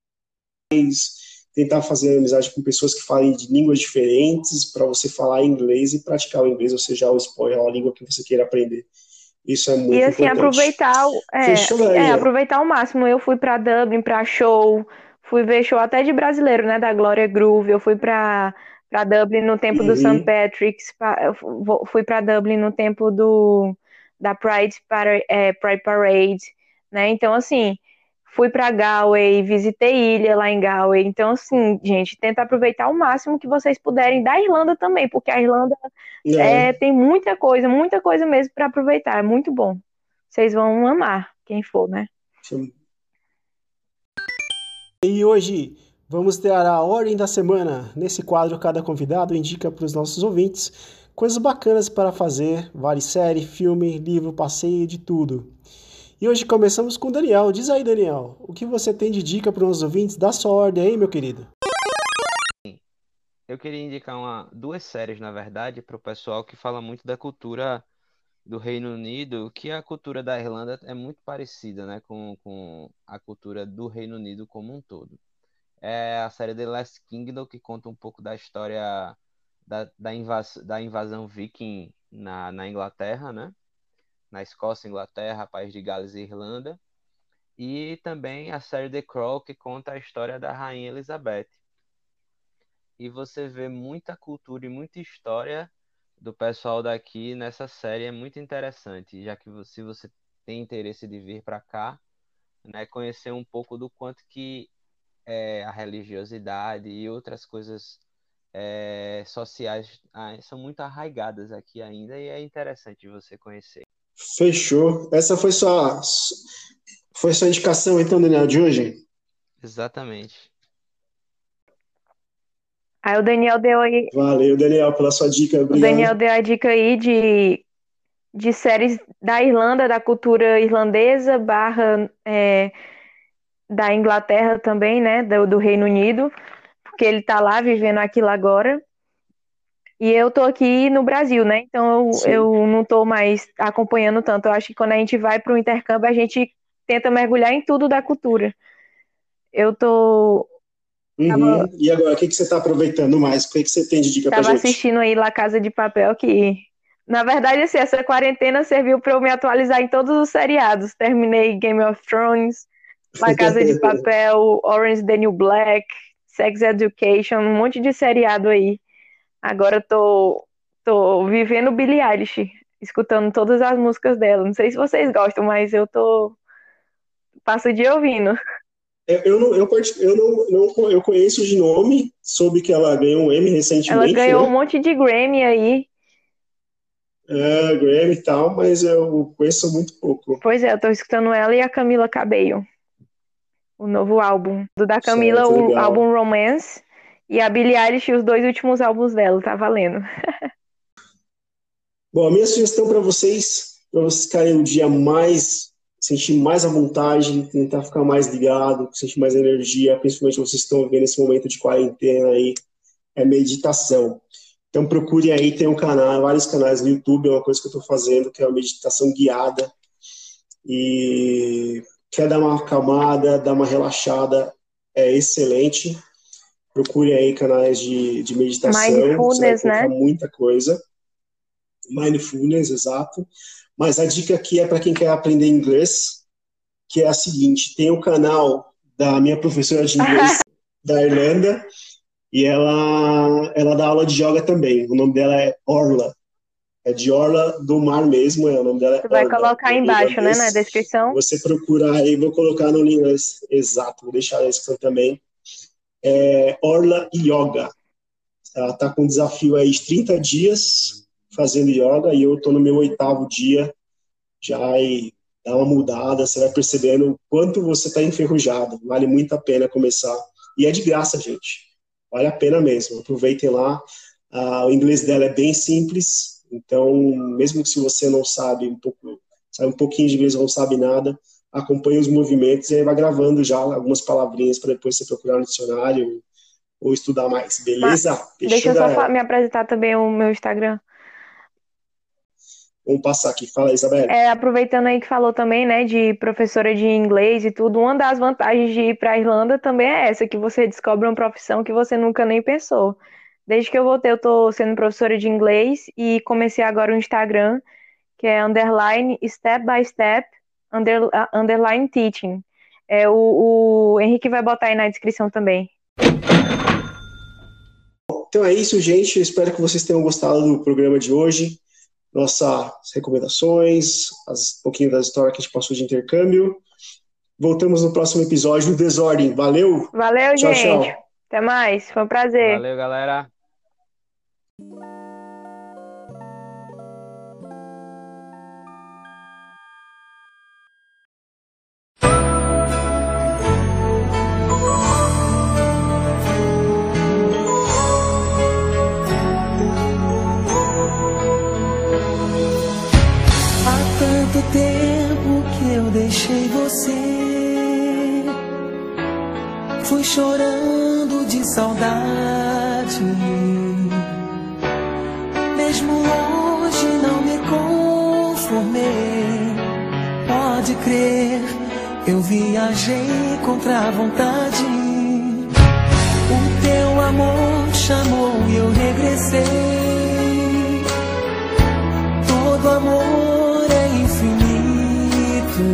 tentar fazer amizade com pessoas que falem de línguas diferentes para você falar inglês e praticar o inglês, ou seja, o espanhol, a língua que você queira aprender. Isso é E muito assim, importante. aproveitar, o- é, Fechou, é, galerinha? aproveitar ao máximo. Eu fui pra Dublin pra show, fui ver show até de brasileiro, né, da Glória Groove. Eu fui pra para Dublin no tempo do saint Uhum. Patrick's, pa- eu fu- fui pra Dublin no tempo do da Pride, para, é, Pride Parade, né? Então assim, fui pra Galway, visitei ilha lá em Galway. Então assim, gente, tenta aproveitar ao máximo que vocês puderem da Irlanda também, porque a Irlanda é, É. tem muita coisa, muita coisa mesmo para aproveitar. É muito bom. Vocês vão amar, quem for, né? E hoje vamos ter a ordem da semana. Nesse quadro, cada convidado indica para os nossos ouvintes coisas bacanas para fazer, vale série, filme, livro, passeio, de tudo. E hoje começamos com o Daniel. Diz aí, Daniel, o que você tem de dica para os nossos ouvintes? Dá sua ordem aí, meu querido. Eu queria indicar uma, duas séries, na verdade, para o pessoal que fala muito da cultura do Reino Unido, que a cultura da Irlanda é muito parecida, né, com, com a cultura do Reino Unido como um todo. É a série The Last Kingdom, que conta um pouco da história da, da, invas, da invasão viking na, na Inglaterra, né? Na Escócia, Inglaterra, País de Gales e Irlanda. E também a série The Crown, que conta a história da Rainha Elizabeth. E você vê muita cultura e muita história do pessoal daqui nessa série, é muito interessante, já que se você tem interesse de vir para cá, né, conhecer um pouco do quanto que é, a religiosidade e outras coisas é, sociais ah, são muito arraigadas aqui ainda, e é interessante você conhecer. Fechou. Essa foi sua, foi sua indicação, então, Daniel, de hoje? Exatamente. Aí o Daniel deu aí. Valeu, Daniel, pela sua dica. Obrigado. O Daniel deu a dica aí de, de séries da Irlanda, da cultura irlandesa, barra é, da Inglaterra também, né? Do, do Reino Unido, porque ele tá lá vivendo aquilo agora. E eu tô aqui no Brasil, né? Então eu, eu não tô mais acompanhando tanto. Eu acho que quando a gente vai pro intercâmbio, a gente tenta mergulhar em tudo da cultura. Eu tô. Uhum. Tava... E agora, o que, que você está aproveitando mais? O que, que você tem de dica pra gente? Tava assistindo aí La Casa de Papel, que, na verdade, assim, essa quarentena serviu para eu me atualizar em todos os seriados. Terminei Game of Thrones, La Casa de Papel, Orange is the New Black, Sex Education, um monte de seriado aí. Agora tô, tô vivendo Billie Eilish, escutando todas as músicas dela. Não sei se vocês gostam, mas eu tô... passo o dia ouvindo. Eu, não, eu, eu, não, não, eu conheço de nome, soube que ela ganhou um Emmy recentemente. Ela ganhou né? um monte de Grammy aí. É, Grammy e tal, mas eu conheço muito pouco. Pois é, eu tô escutando ela e a Camila Cabello. O novo álbum. Do da Camila, certo, o legal. Álbum Romance. E a Billie Eilish, os dois últimos álbuns dela, tá valendo. Bom, a minha sugestão para vocês, para vocês ficarem um dia mais... sentir mais à vontade, tentar ficar mais ligado, sentir mais energia, principalmente vocês estão vivendo esse momento de quarentena aí, é meditação. Então procure aí, tem um canal, vários canais no YouTube, é uma coisa que eu estou fazendo, que é uma meditação guiada, e quer dar uma acalmada, dar uma relaxada, é excelente. Procure aí canais de, de meditação, Mindfulness, você vai encontrar né? muita coisa. Mindfulness, exato. Mas a dica aqui é para quem quer aprender inglês, que é a seguinte, tem o canal da minha professora de inglês da Irlanda, e ela, ela dá aula de yoga também. O nome dela é Orla. É de Orla do Mar mesmo, é, o nome dela é Você vai Orla, colocar aí embaixo, né, na descrição? Você procura aí, vou colocar no link exato, vou deixar na descrição também. É Orla Yoga. Ela está com um desafio aí de trinta dias fazendo yoga, e eu estou no meu oitavo dia, já e dá uma mudada, você vai percebendo o quanto você está enferrujado, vale muito a pena começar, e é de graça, gente, vale a pena mesmo, aproveitem lá, ah, o inglês dela é bem simples, então, mesmo que se você não sabe um pouco, sabe um pouquinho de inglês ou não sabe nada, acompanhe os movimentos e aí vai gravando já algumas palavrinhas para depois você procurar no dicionário ou estudar mais, beleza? Mas, deixa eu só me apresentar também o meu Instagram. Vamos passar aqui. Fala aí, Isabela. É, aproveitando aí que falou também, né, de professora de inglês e tudo, uma das vantagens de ir para a Irlanda também é essa, que você descobre uma profissão que você nunca nem pensou. Desde que eu voltei, eu tô sendo professora de inglês e comecei agora o Instagram, que é underline step by step under, underline teaching. É, o, o Henrique vai botar aí na descrição também. Então é isso, gente. Eu espero que vocês tenham gostado do programa de hoje. Nossas recomendações, as, um pouquinho das histórias que a gente passou de intercâmbio. Voltamos no próximo episódio do Desordem. Valeu! Valeu, tchau, gente! Tchau. Até mais, foi um prazer. Valeu, galera! Tempo que eu deixei você, fui chorando de saudade, mesmo longe não me pode crer, eu viajei contra a vontade. O teu amor chamou e eu regressei. Todo amor é infinito.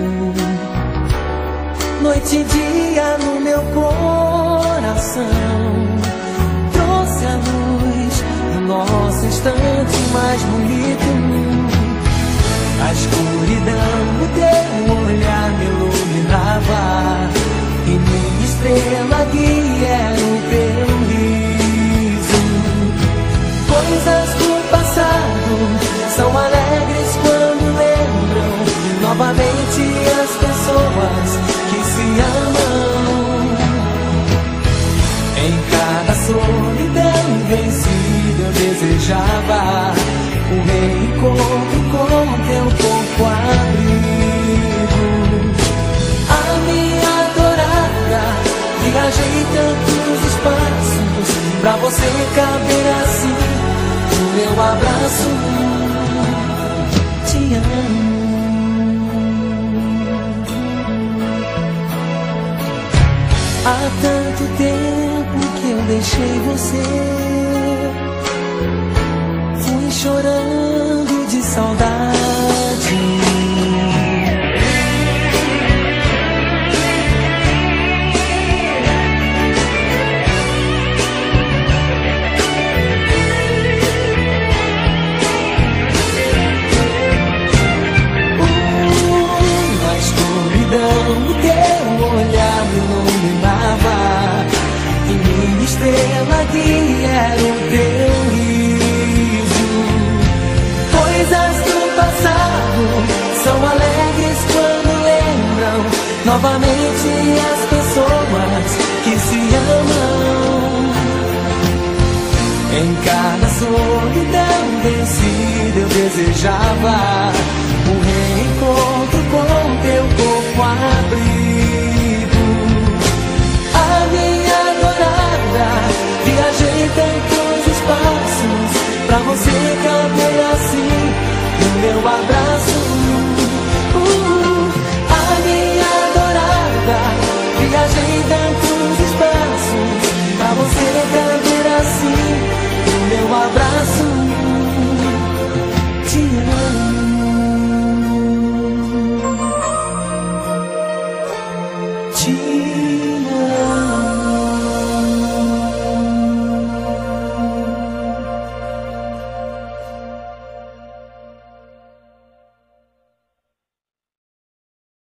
Noite e dia no meu coração, trouxe a luz do nosso instante mais bonito. A escuridão do teu olhar me iluminava, e minha estrela guia era o teu riso. Coisas do passado são alegres quando lembram novamente as pessoas que se amam. Em cada solidão vencida eu desejava um reencontro com teu corpo abrigo. A minha adorada, viajei tantos espaços pra você caber assim no meu abraço. Te amo. Há tanto tempo que eu deixei você, fui chorando de saudade. Uh, na escuridão o teu olhar me iluminava, e minha estrela guia era o teu riso. Coisas do passado são alegres quando lembram novamente as pessoas que se amam. Em cada solidão vencida eu desejava um reencontro com teu corpo abrigo. A minha adorada, viajei tantos espaços pra você caber assim no meu abraço.